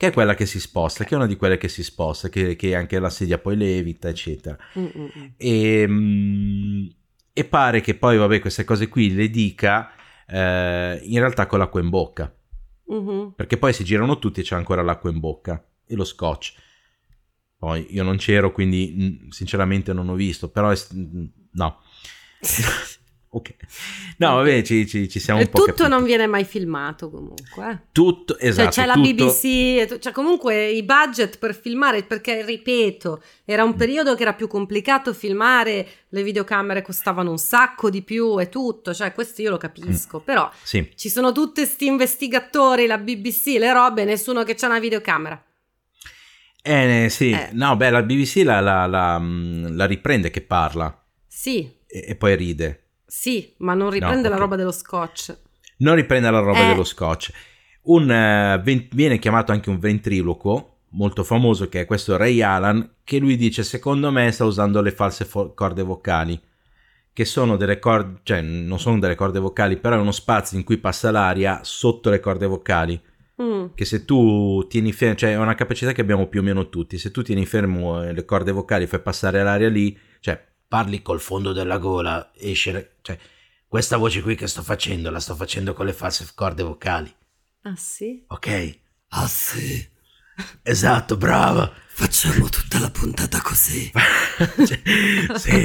che è quella che si sposta, che è una di quelle che si sposta, che, che anche la sedia poi levita, eccetera. E, e pare che poi, vabbè, queste cose qui le dica eh, in realtà con l'acqua in bocca, mm-hmm. perché poi si girano tutti e c'è ancora l'acqua in bocca e lo scotch. Poi io non c'ero, quindi sinceramente non ho visto, però è, no. Ok. No, vabbè, ci, ci, ci siamo un po' tutto capiti. Non viene mai filmato comunque. Eh. Tutto, esatto. Cioè, c'è tutto... la B B C, cioè comunque i budget per filmare, perché ripeto, era un periodo che era più complicato filmare, le videocamere costavano un sacco di più e tutto, cioè questo io lo capisco, mm. però sì. Ci sono tutti sti investigatori, la B B C, le robe, nessuno che c'ha una videocamera. Eh sì, eh. no, beh, la B B C la, la, la, la riprende che parla. Sì. E, e poi ride. Sì, ma non riprende no, la okay. roba dello scotch. Non riprende la roba eh. dello scotch. Un, uh, ven- viene chiamato anche un ventriloquo molto famoso, che è questo Ray Alan, che lui dice: secondo me sta usando le false fo- corde vocali, che sono delle corde, cioè non sono delle corde vocali, però è uno spazio in cui passa l'aria sotto le corde vocali. Mm. Che se tu tieni fermo, cioè è una capacità che abbiamo più o meno tutti, se tu tieni fermo le corde vocali e fai passare l'aria lì, cioè parli col fondo della gola, esce, cioè questa voce qui che sto facendo la sto facendo con le false corde vocali. Ah sì? Ok. Ah sì. Esatto, brava. Facciamo tutta la puntata così. Cioè, sì.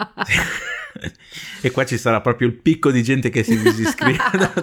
E qua ci sarà proprio il picco di gente che si disiscrive.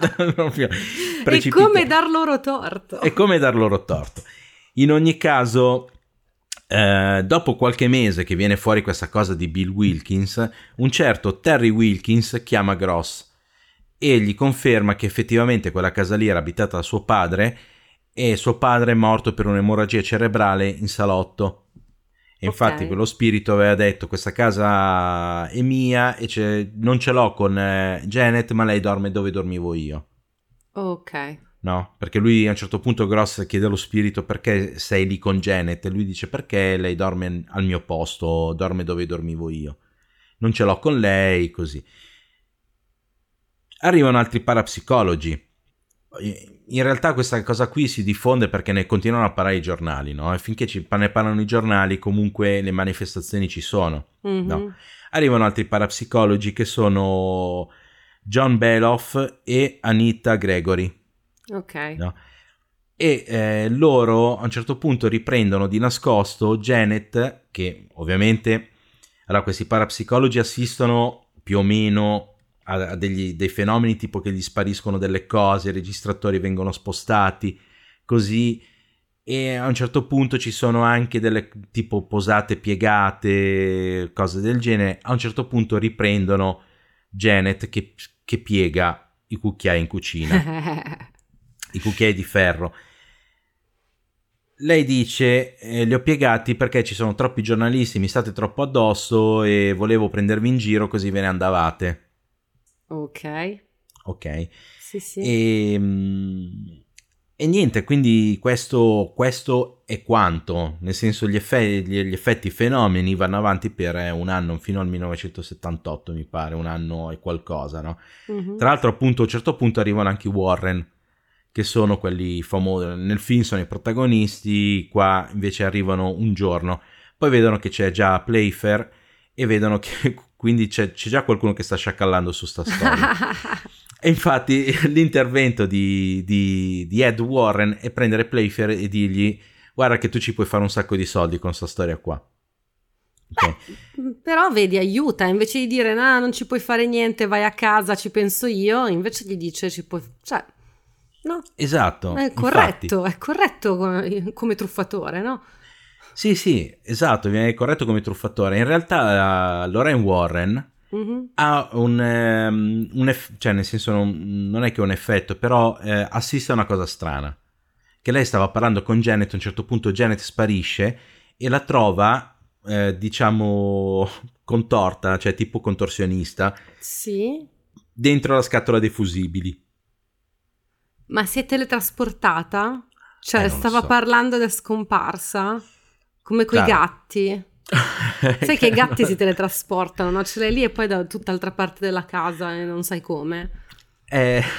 È come dar loro torto. È come dar loro torto. In ogni caso, eh, dopo qualche mese che viene fuori questa cosa di Bill Wilkins, un certo Terry Wilkins chiama Gross e gli conferma che effettivamente quella casa lì era abitata da suo padre e suo padre è morto per un'emorragia cerebrale in salotto. E infatti okay. quello spirito aveva detto: questa casa è mia e c'è, non ce l'ho con eh, Janet, ma lei dorme dove dormivo io. Ok. No, perché lui a un certo punto Gross chiede allo spirito: perché sei lì con Janet? E lui dice: perché lei dorme al mio posto, dorme dove dormivo io. Non ce l'ho con lei, così. Arrivano altri parapsicologi. In realtà questa cosa qui si diffonde perché ne continuano a parlare i giornali, no? E finché ci, ne parlano i giornali, comunque le manifestazioni ci sono, mm-hmm. no? Arrivano altri parapsicologi che sono John Beloff e Anita Gregory. Ok. No? E eh, loro a un certo punto riprendono di nascosto Janet, che ovviamente, allora, questi parapsicologi assistono più o meno a, a degli, dei fenomeni tipo che gli spariscono delle cose, i registratori vengono spostati, così, e a un certo punto ci sono anche delle tipo posate piegate, cose del genere. A un certo punto riprendono Janet che, che piega i cucchiai in cucina. I cucchiai di ferro. Lei dice: eh, li ho piegati perché ci sono troppi giornalisti, mi state troppo addosso e volevo prendervi in giro, così ve ne andavate. Ok. Ok. Sì, sì. E, e niente, quindi questo, questo è quanto, nel senso gli effetti, gli effetti fenomeni vanno avanti per un anno, fino al millenovecentosettantotto mi pare, un anno e qualcosa, no? Mm-hmm. Tra l'altro appunto a un certo punto arrivano anche i Warren, che sono quelli famosi, nel film sono i protagonisti, qua invece arrivano un giorno, poi vedono che c'è già Playfair e vedono che quindi c'è, c'è già qualcuno che sta sciacallando su sta storia. E infatti l'intervento di, di, di Ed Warren è prendere Playfair e dirgli: guarda che tu ci puoi fare un sacco di soldi con sta storia qua. Okay. Beh, però vedi, aiuta, invece di dire no, non ci puoi fare niente, vai a casa, ci penso io, invece gli dice ci puoi, cioè no, esatto, è corretto, infatti. È corretto come, come truffatore, no? Sì, sì, esatto, viene corretto come truffatore. In realtà uh, Lorraine Warren mm-hmm. ha un, um, un eff- cioè nel senso non, non è che un effetto, però eh, assiste a una cosa strana, che lei stava parlando con Janet, a un certo punto Janet sparisce e la trova eh, diciamo contorta, cioè tipo contorsionista, sì, dentro la scatola dei fusibili. Ma si è teletrasportata? Cioè eh, stava so. parlando ed è scomparsa? Come coi Claro. gatti? Sai che i gatti si teletrasportano, no? Ce l'hai lì e poi da tutt'altra parte della casa e non sai come. Eh,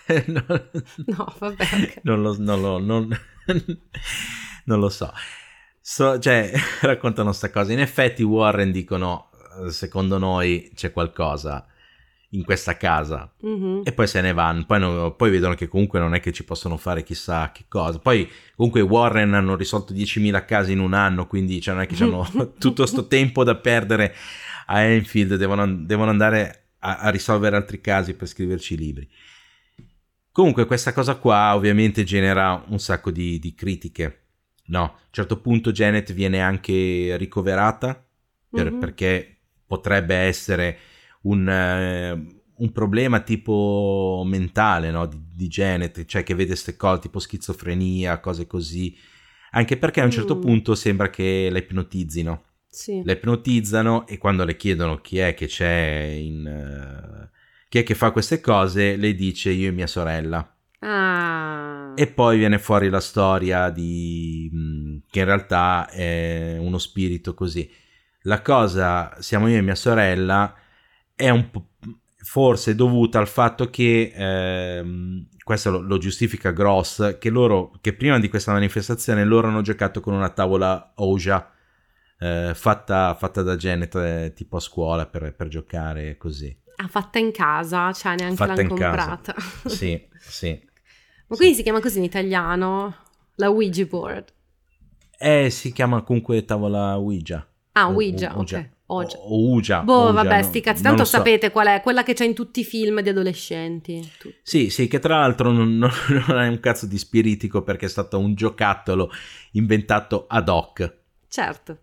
no, No, vabbè, ok. non, lo, non, lo, non, non lo so. so cioè, raccontano sta cosa. In effetti Warren dicono, secondo noi c'è qualcosa in questa casa, Mhm. e poi se ne vanno. Poi, no- poi vedono che comunque non è che ci possono fare chissà che cosa. Poi comunque i Warren hanno risolto diecimila casi in un anno, quindi cioè, non è che hanno tutto sto tempo da perdere a Enfield, devono, devono andare a, a risolvere altri casi per scriverci libri. Comunque questa cosa qua ovviamente genera un sacco di, di critiche, no? A un certo punto Janet viene anche ricoverata per- Mhm. perché potrebbe essere un, eh, un problema tipo mentale, no? di, di Janet, cioè che vede ste cose tipo schizofrenia, cose così, anche perché a un certo Mm. punto sembra che la ipnotizzino. Sì. La ipnotizzano e quando le chiedono chi è che c'è in... eh, chi è che fa queste cose, lei dice io e mia sorella. Ah. E poi viene fuori la storia di mh, che in realtà è uno spirito così. La cosa, siamo io e mia sorella, è un po' forse dovuta al fatto che ehm, questo lo, lo giustifica Gross, che loro che prima di questa manifestazione loro hanno giocato con una tavola Ouija eh, fatta, fatta da Janet eh, tipo a scuola per, per giocare così. Ah, fatta in casa, cioè neanche Fatta l'hanno in casa. comprata. Sì, sì. Ma quindi si chiama così in italiano? La Ouija board. Eh, si chiama comunque tavola Ouija. Ah, O- Ouija, Ouija. ok. Ouija. O- Ouija. Boh, Ouija, vabbè, no- sti cazzi, non tanto lo so. sapete qual è, quella che c'è in tutti i film di adolescenti. Tu- Sì, sì, che tra l'altro non, non, non è un cazzo di spiritico perché è stato un giocattolo inventato ad hoc. Certo.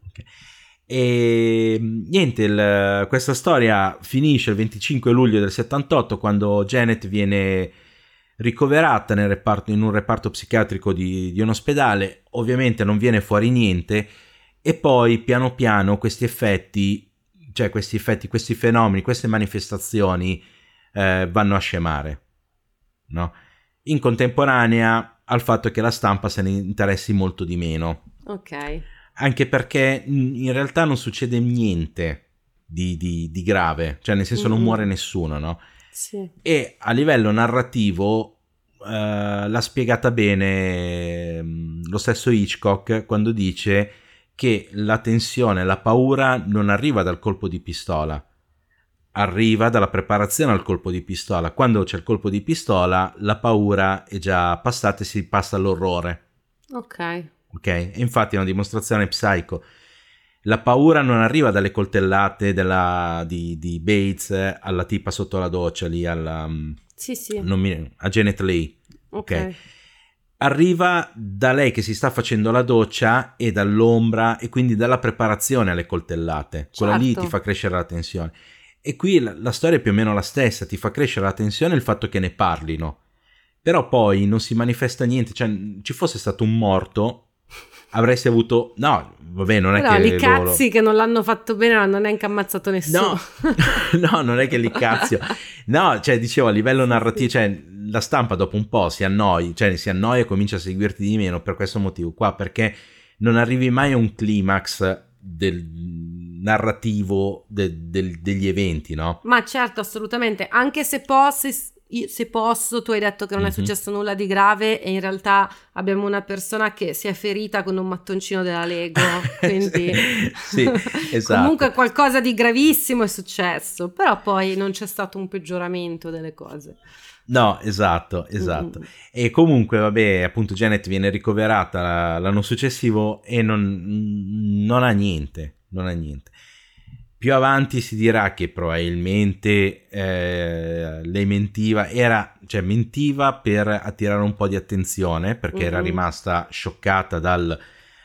E niente, il- questa storia finisce il venticinque luglio del settantotto quando Janet viene ricoverata nel reparto, in un reparto psichiatrico di, di un ospedale. Ovviamente non viene fuori niente e poi piano piano questi effetti, cioè questi effetti, questi fenomeni, queste manifestazioni eh, vanno a scemare, no? In contemporanea al fatto che la stampa se ne interessi molto di meno. Ok. Anche perché mh, in realtà non succede niente di, di- di grave, cioè nel senso non Mm. muore nessuno, no? Sì. E a livello narrativo eh, l'ha spiegata bene mh, lo stesso Hitchcock quando dice che la tensione, la paura non arriva dal colpo di pistola, arriva dalla preparazione al colpo di pistola. Quando c'è il colpo di pistola la paura è già passata e si passa all'orrore. Ok. Ok, e infatti è una dimostrazione Psycho. La paura non arriva dalle coltellate della, di, di Bates alla tipa sotto la doccia lì alla, Sì, sì. non mi- a Janet Leigh. Ok. Ok. Arriva da lei che si sta facendo la doccia e dall'ombra e quindi dalla preparazione alle coltellate. Quella lì Certo. ti fa crescere la tensione. E qui la, la storia è più o meno la stessa, ti fa crescere la tensione il fatto che ne parlino. Però poi non si manifesta niente, cioè ci fosse stato un morto avresti avuto no vabbè non è Però che li loro- cazzi che non l'hanno fatto bene, non hanno neanche ammazzato nessuno. no no non è che li cazzo no cioè dicevo a livello narrativo, cioè la stampa dopo un po' si annoi cioè si annoia e comincia a seguirti di meno per questo motivo qua, perché non arrivi mai a un climax del narrativo de- del- degli eventi, no? Ma certo, assolutamente, anche se posso, se posso, tu hai detto che non è Mhm. successo nulla di grave e in realtà abbiamo una persona che si è ferita con un mattoncino della Lego, quindi sì, esatto. comunque qualcosa di gravissimo è successo, però poi non c'è stato un peggioramento delle cose. No, esatto, esatto. Mm. E comunque, vabbè, appunto Janet viene ricoverata l'anno successivo e non, non ha niente, non ha niente. Più avanti si dirà che probabilmente eh, lei mentiva, era, cioè mentiva per attirare un po' di attenzione, perché era Mhm. rimasta scioccata dal,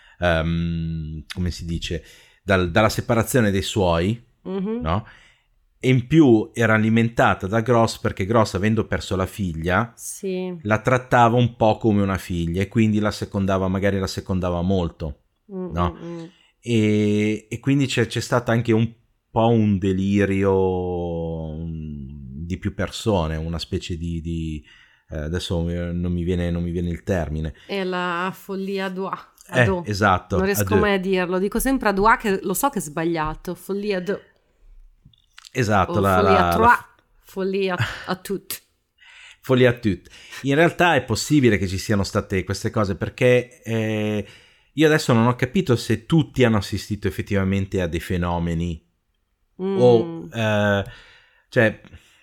ehm, come si dice, dal- dalla separazione dei suoi, Mhm. no? E in più era alimentata da Gross perché Gross, avendo perso la figlia, Sì. la trattava un po' come una figlia e quindi la secondava, magari la secondava molto. Mm, No. mm, mm. E, e quindi c'è, c'è stato anche un po' un delirio mm, di più persone, una specie di... di eh, adesso eh, non mi, viene, non mi viene il termine. È la follia Dua. Eh, Ado. esatto. Non riesco ado. mai a dirlo, dico sempre a Dua, che lo so che è sbagliato. Follia Do. Esatto. O la- follia la- Trois, la- follia a tutti. follia a tutte. In realtà è possibile che ci siano state queste cose, perché eh, io adesso non ho capito se tutti hanno assistito effettivamente a dei fenomeni mm. o eh, cioè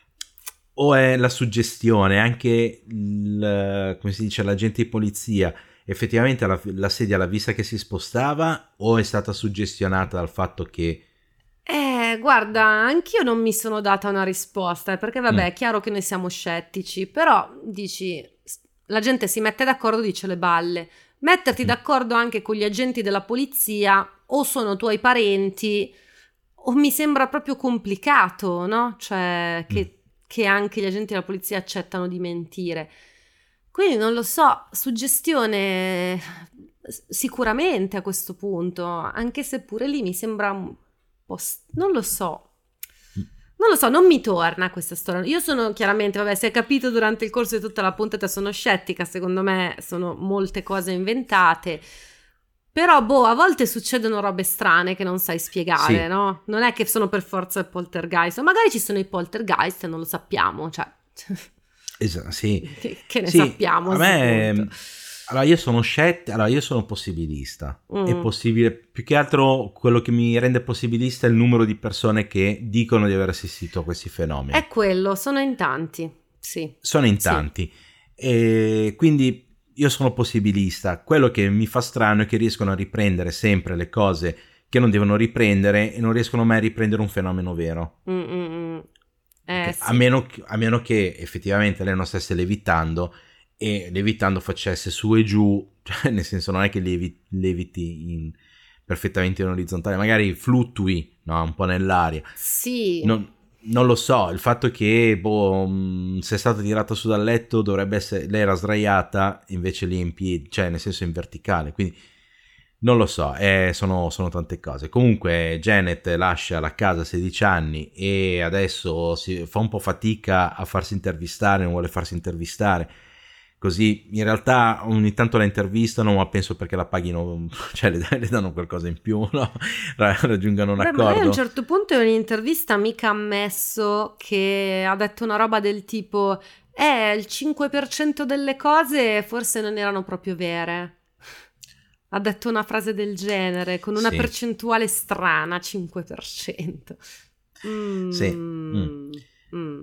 o è la suggestione, anche il, come si dice, l'agente di polizia effettivamente la, la sedia l'ha vista che si spostava, o è stata suggestionata dal fatto che Eh, guarda, anch'io non mi sono data una risposta, perché vabbè, Mm. è chiaro che noi siamo scettici, però dici, s- la gente si mette d'accordo, dice le balle. Metterti Mm. d'accordo anche con gli agenti della polizia, o sono tuoi parenti, o mi sembra proprio complicato, no? Cioè, che, che anche gli agenti della polizia accettano di mentire. Quindi non lo so, suggestione s- sicuramente a questo punto, anche se pure lì mi sembra un po'... s- non lo so. Non lo so, non mi torna questa storia. Io sono chiaramente, vabbè, si è capito durante il corso di tutta la puntata, sono scettica, secondo me sono molte cose inventate. Però, boh, a volte succedono robe strane che non sai spiegare, Sì. no? Non è che sono per forza poltergeist, o magari ci sono i poltergeist e non lo sappiamo, cioè... Esatto, sì. che, che ne Sì, sappiamo? a a me sto punto? allora io sono scettico, allora io sono possibilista. Mm. È possibile, più che altro quello che mi rende possibilista è il numero di persone che dicono di aver assistito a questi fenomeni. È quello, sono in tanti, sì. Sono in Sì. tanti. E quindi io sono possibilista. Quello che mi fa strano è che riescono a riprendere sempre le cose che non devono riprendere e non riescono mai a riprendere un fenomeno vero. Mm, mm, mm. Eh, Che- sì. a, meno, che- a meno che effettivamente lei non stesse levitando e levitando facesse su e giù, cioè nel senso non è che levi- leviti in- perfettamente in orizzontale, magari fluttui, no, un po' nell'aria. Sì. Non, non lo so, il fatto che boh, mh, se è stata tirata su dal letto dovrebbe essere, lei era sdraiata, invece lì in piedi, cioè nel senso in verticale, quindi non lo so, eh, sono, sono tante cose. Comunque Janet lascia la casa a sedici anni e adesso si fa un po' fatica a farsi intervistare, non vuole farsi intervistare. Così in realtà ogni tanto la intervistano, ma penso perché la paghino, cioè le, le danno qualcosa in più, no? Ra- raggiungano un Beh, ma lei a accordo. un certo punto in un'intervista mica ha ammesso che ha detto una roba del tipo eh, il cinque per cento delle cose forse non erano proprio vere. Ha detto una frase del genere, con una Sì. percentuale strana, cinque per cento. Mm, Sì. mm. Mm.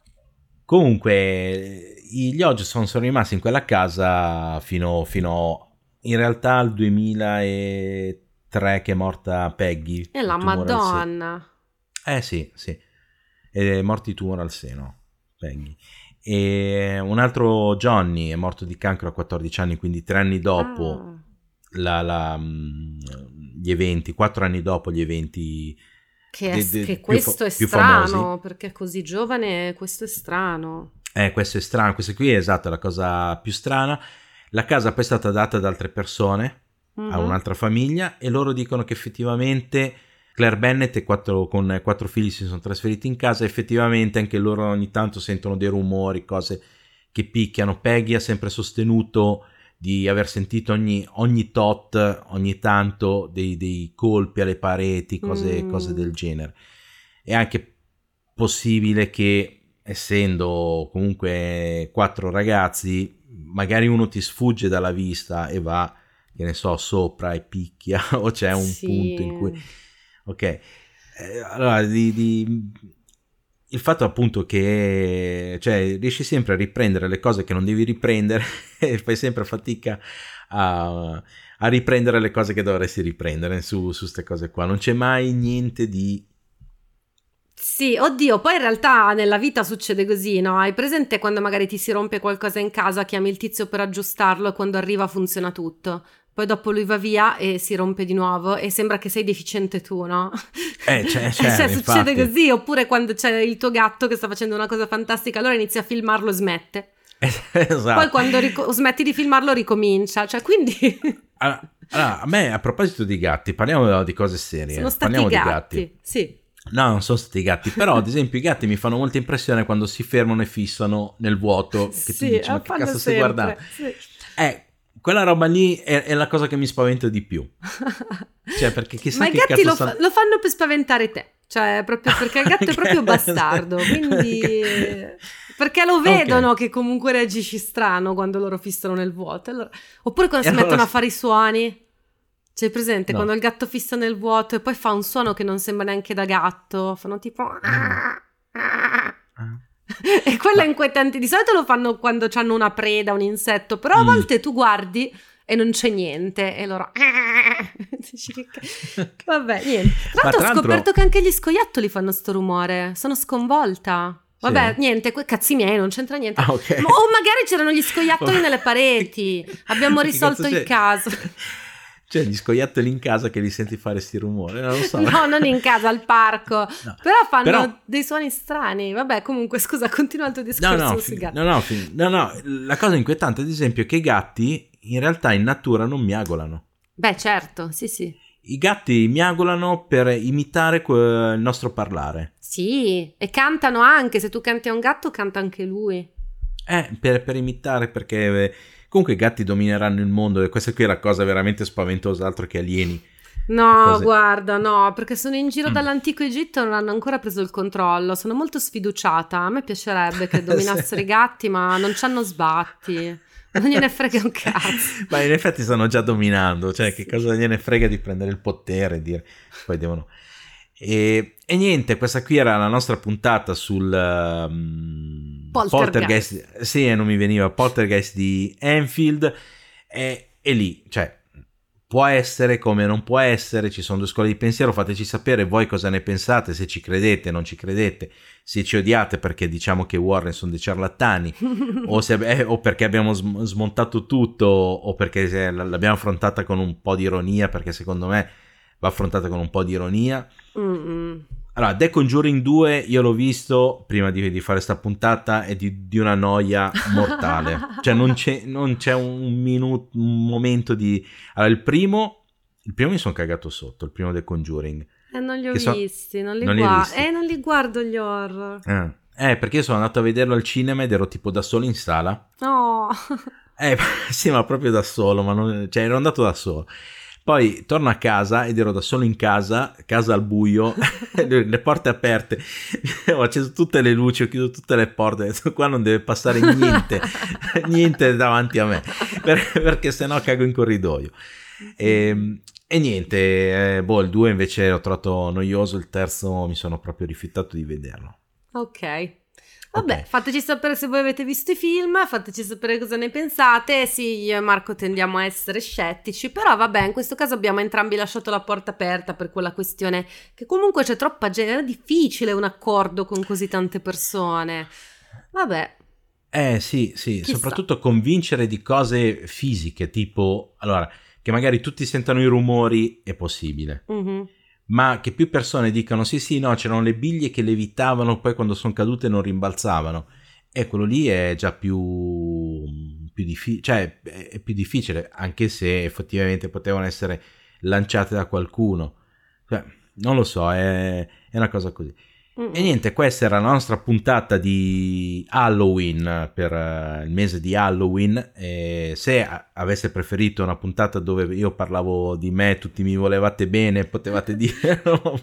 Comunque gli Hodgson sono rimasti in quella casa fino, fino in realtà al duemilatré che è morta Peggy. E la il tumore al seno. Madonna. Eh sì, sì. È morto di tumore al seno, Peggy. E un altro Johnny è morto di cancro a quattordici anni, quindi tre anni dopo Ah. la- la, mh, gli eventi, quattro anni dopo gli eventi. Che, è- de- de- che più questo fa- è più strano, famosi. perché è così giovane, questo è strano. Eh, questo è strano, questa qui è esatto la cosa più strana. La casa poi è stata data ad altre persone, a Mhm. un'altra famiglia, e loro dicono che effettivamente Claire Bennett e quattro, con quattro figli si sono trasferiti in casa, effettivamente anche loro ogni tanto sentono dei rumori, cose che picchiano. Peggy ha sempre sostenuto di aver sentito ogni, ogni tot, ogni tanto dei, dei colpi alle pareti, cose, Mm. cose del genere. È anche possibile che, essendo comunque quattro ragazzi, magari uno ti sfugge dalla vista e va, che ne so, sopra e picchia, o c'è un Sì. punto in cui... Ok, eh, allora di, di- il fatto appunto che cioè, riesci sempre a riprendere le cose che non devi riprendere e fai sempre fatica a, a riprendere le cose che dovresti riprendere su queste cose qua. Non c'è mai niente di... Sì, oddio, poi in realtà nella vita succede così, no? Hai presente quando magari ti si rompe qualcosa in casa, chiami il tizio per aggiustarlo e quando arriva funziona tutto. Poi dopo lui va via e si rompe di nuovo e sembra che sei deficiente tu, no? Eh, c'è, c'è, cioè, succede infatti. così, oppure quando c'è il tuo gatto che sta facendo una cosa fantastica, allora inizia a filmarlo e smette. Esatto. Poi quando rico- smetti di filmarlo ricomincia, cioè quindi Allora, allora, a me a proposito di gatti, parliamo di cose serie. sono stati parliamo i di gatti. gatti. Sì. No, non sono stati i gatti, però ad esempio i gatti mi fanno molta impressione quando si fermano e fissano nel vuoto, che tu Sì, dici, ma lo che fanno cazzo stai sempre, guardando? sì. Eh, quella roba lì è, è la cosa che mi spaventa di più. Cioè, perché chissà Ma i che gatti cazzo lo, sta- fa- lo fanno per spaventare te. Cioè, proprio perché il gatto è proprio bastardo, quindi... Perché lo vedono Ok. che comunque reagisci strano quando loro fissano nel vuoto. Allora... Oppure quando E si allora mettono a s- fare i suoni. C'è presente? No. Quando il gatto fissa nel vuoto e poi fa un suono che non sembra neanche da gatto. Fanno tipo... E quello è inquietante. Di solito lo fanno quando hanno una preda, un insetto. Però a Mm. volte tu guardi e non c'è niente e loro dici che ca- vabbè, niente. Tra Ma l'altro tra ho l'altro- scoperto che anche gli scoiattoli fanno sto rumore. Sono sconvolta. Vabbè, Sì. niente, que- cazzi miei, non c'entra niente. Ah, ok. Ma- o magari c'erano gli scoiattoli Vabbè. nelle pareti. Abbiamo Che risolto cazzo il c'è? caso. Cioè, gli scoiattoli in casa che li senti fare sti rumori, non lo so. No, non in casa, al parco. No. Però fanno Però- dei suoni strani. Vabbè, comunque, scusa, continua il tuo discorso No, no, sui fi- gatti. no, no, fi- no, no, la cosa inquietante, ad esempio, è che i gatti in realtà in natura non miagolano. Beh, certo, sì, sì. I gatti miagolano per imitare que- il nostro parlare. Sì, e cantano anche. Se tu canti a un gatto, canta anche lui. Eh, per, per imitare, perché eh, comunque i gatti domineranno il mondo e questa qui è la cosa veramente spaventosa, altro che alieni. No, Cose- guarda, no, perché sono in giro Mm. dall'antico Egitto e non hanno ancora preso il controllo. Sono molto sfiduciata. A me piacerebbe che dominassero i gatti, ma non c'hanno sbatti. Non gliene frega un cazzo. Ma in effetti stanno già dominando, cioè che cosa gliene frega di prendere il potere e dire poi devono... E, e niente, questa qui era la nostra puntata sul um, Poltergeist. Sì, non mi veniva, Poltergeist di Enfield, e, e lì, cioè, può essere come non può essere, ci sono due scuole di pensiero, fateci sapere voi cosa ne pensate, se ci credete, non ci credete, se ci odiate perché diciamo che Warren sono dei ciarlatani, o, se, eh, o perché abbiamo sm- smontato tutto, o perché se l'abbiamo affrontata con un po' di ironia, perché secondo me va affrontata con un po' di ironia. Mm-mm. Allora, The Conjuring due io l'ho visto prima di, di fare sta puntata, è di, di una noia mortale. Cioè non c'è, non c'è un minuto, un momento di... Allora, il primo, il primo mi sono cagato sotto, il primo The Conjuring. Eh, non li ho Che so- visti, non li, non li hai gua- visti? Eh, non li guardo gli horror. Eh. Eh, perché io sono andato a vederlo al cinema ed ero tipo da solo in sala. No. Eh, sì, ma proprio da solo, ma non, cioè ero andato da solo. Poi torno a casa ed ero da solo in casa, casa al buio, le porte aperte, ho acceso tutte le luci, ho chiuso tutte le porte, ho detto qua non deve passare niente, niente davanti a me, per- perché sennò cago in corridoio. E, e niente, eh, boh, il due invece l'ho trovato noioso, il terzo mi sono proprio rifiutato di vederlo. Ok. Vabbè, Ok. fateci sapere se voi avete visto i film, fateci sapere cosa ne pensate. Sì, io e Marco tendiamo a essere scettici, però vabbè, in questo caso abbiamo entrambi lasciato la porta aperta per quella questione che comunque c'è troppa gente, è difficile un accordo con così tante persone. Vabbè. Eh sì, sì, Chissà. soprattutto convincere di cose fisiche, tipo, allora, che magari tutti sentano i rumori è possibile. Mhm. Ma che più persone dicano sì sì no, c'erano le biglie che levitavano, poi quando sono cadute non rimbalzavano, e quello lì è già più, più difficile, cioè è più difficile, anche se effettivamente potevano essere lanciate da qualcuno, cioè, non lo so, è, è una cosa così. Mm-mm. E niente, questa era la nostra puntata di Halloween per uh, il mese di Halloween. E se a- aveste preferito una puntata dove io parlavo di me, tutti mi volevate bene, potevate dirlo.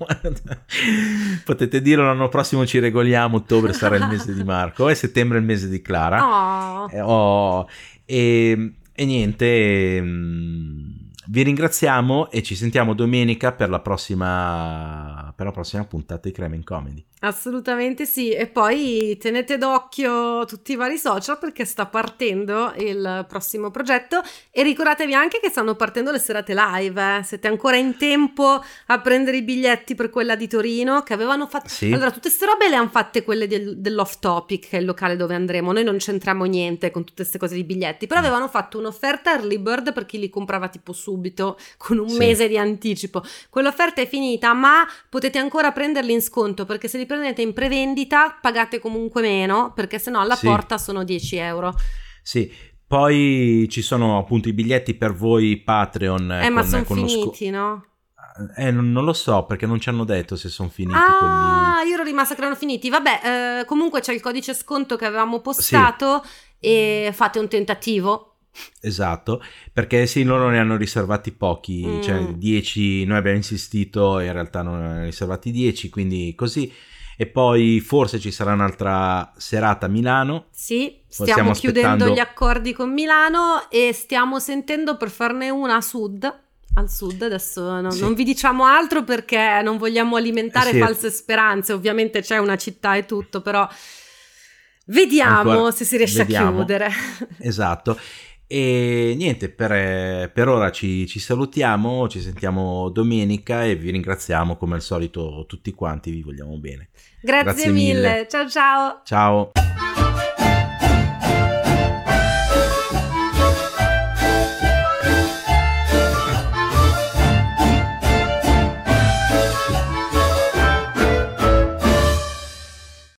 Potete dirlo, l'anno prossimo ci regoliamo, ottobre sarà il mese di Marco e settembre il mese di Clara. Oh. Eh, oh, e, e niente, mm, vi ringraziamo e ci sentiamo domenica per la prossima per la prossima puntata di Crime and Comedy. Assolutamente sì, e poi tenete d'occhio tutti i vari social perché sta partendo il prossimo progetto e ricordatevi anche che stanno partendo le serate live, eh. Siete ancora in tempo a prendere i biglietti per quella di Torino che avevano fatto... Sì. Allora, tutte ste robe le hanno fatte quelle del, dell'Off Topic, che è il locale dove andremo, noi non c'entriamo niente con tutte queste cose di biglietti, però avevano fatto un'offerta early bird per chi li comprava tipo subito, con un Sì. mese di anticipo. Quell'offerta è finita, ma potete ancora prenderli in sconto perché se li prendete in prevendita pagate comunque meno perché sennò alla Sì. porta sono dieci euro. Sì, poi ci sono appunto i biglietti per voi Patreon Eh, ma con- sono con lo sco- finiti, no? Eh, non, non lo so perché non ci hanno detto se sono finiti Ah, quelli. io ero rimasta che erano finiti. Vabbè, eh, comunque c'è il codice sconto che avevamo postato e fate un tentativo Esatto, perché sì, loro ne hanno riservati pochi, Mm. cioè dieci, noi abbiamo insistito, in realtà non ne hanno riservati dieci, quindi così. E poi forse ci sarà un'altra serata a Milano. Sì, Stiamo stiamo chiudendo aspettando- gli accordi con Milano e stiamo sentendo per farne una a sud. Al sud, adesso no- Sì. non vi diciamo altro perché non vogliamo alimentare Eh sì. false speranze. Ovviamente c'è una città e tutto, però vediamo Ancora- se si riesce vediamo. a chiudere. Esatto. E niente, per, per ora ci, ci salutiamo, ci sentiamo domenica e vi ringraziamo come al solito tutti quanti, vi vogliamo bene. Grazie, Grazie mille. mille. Ciao ciao. Ciao.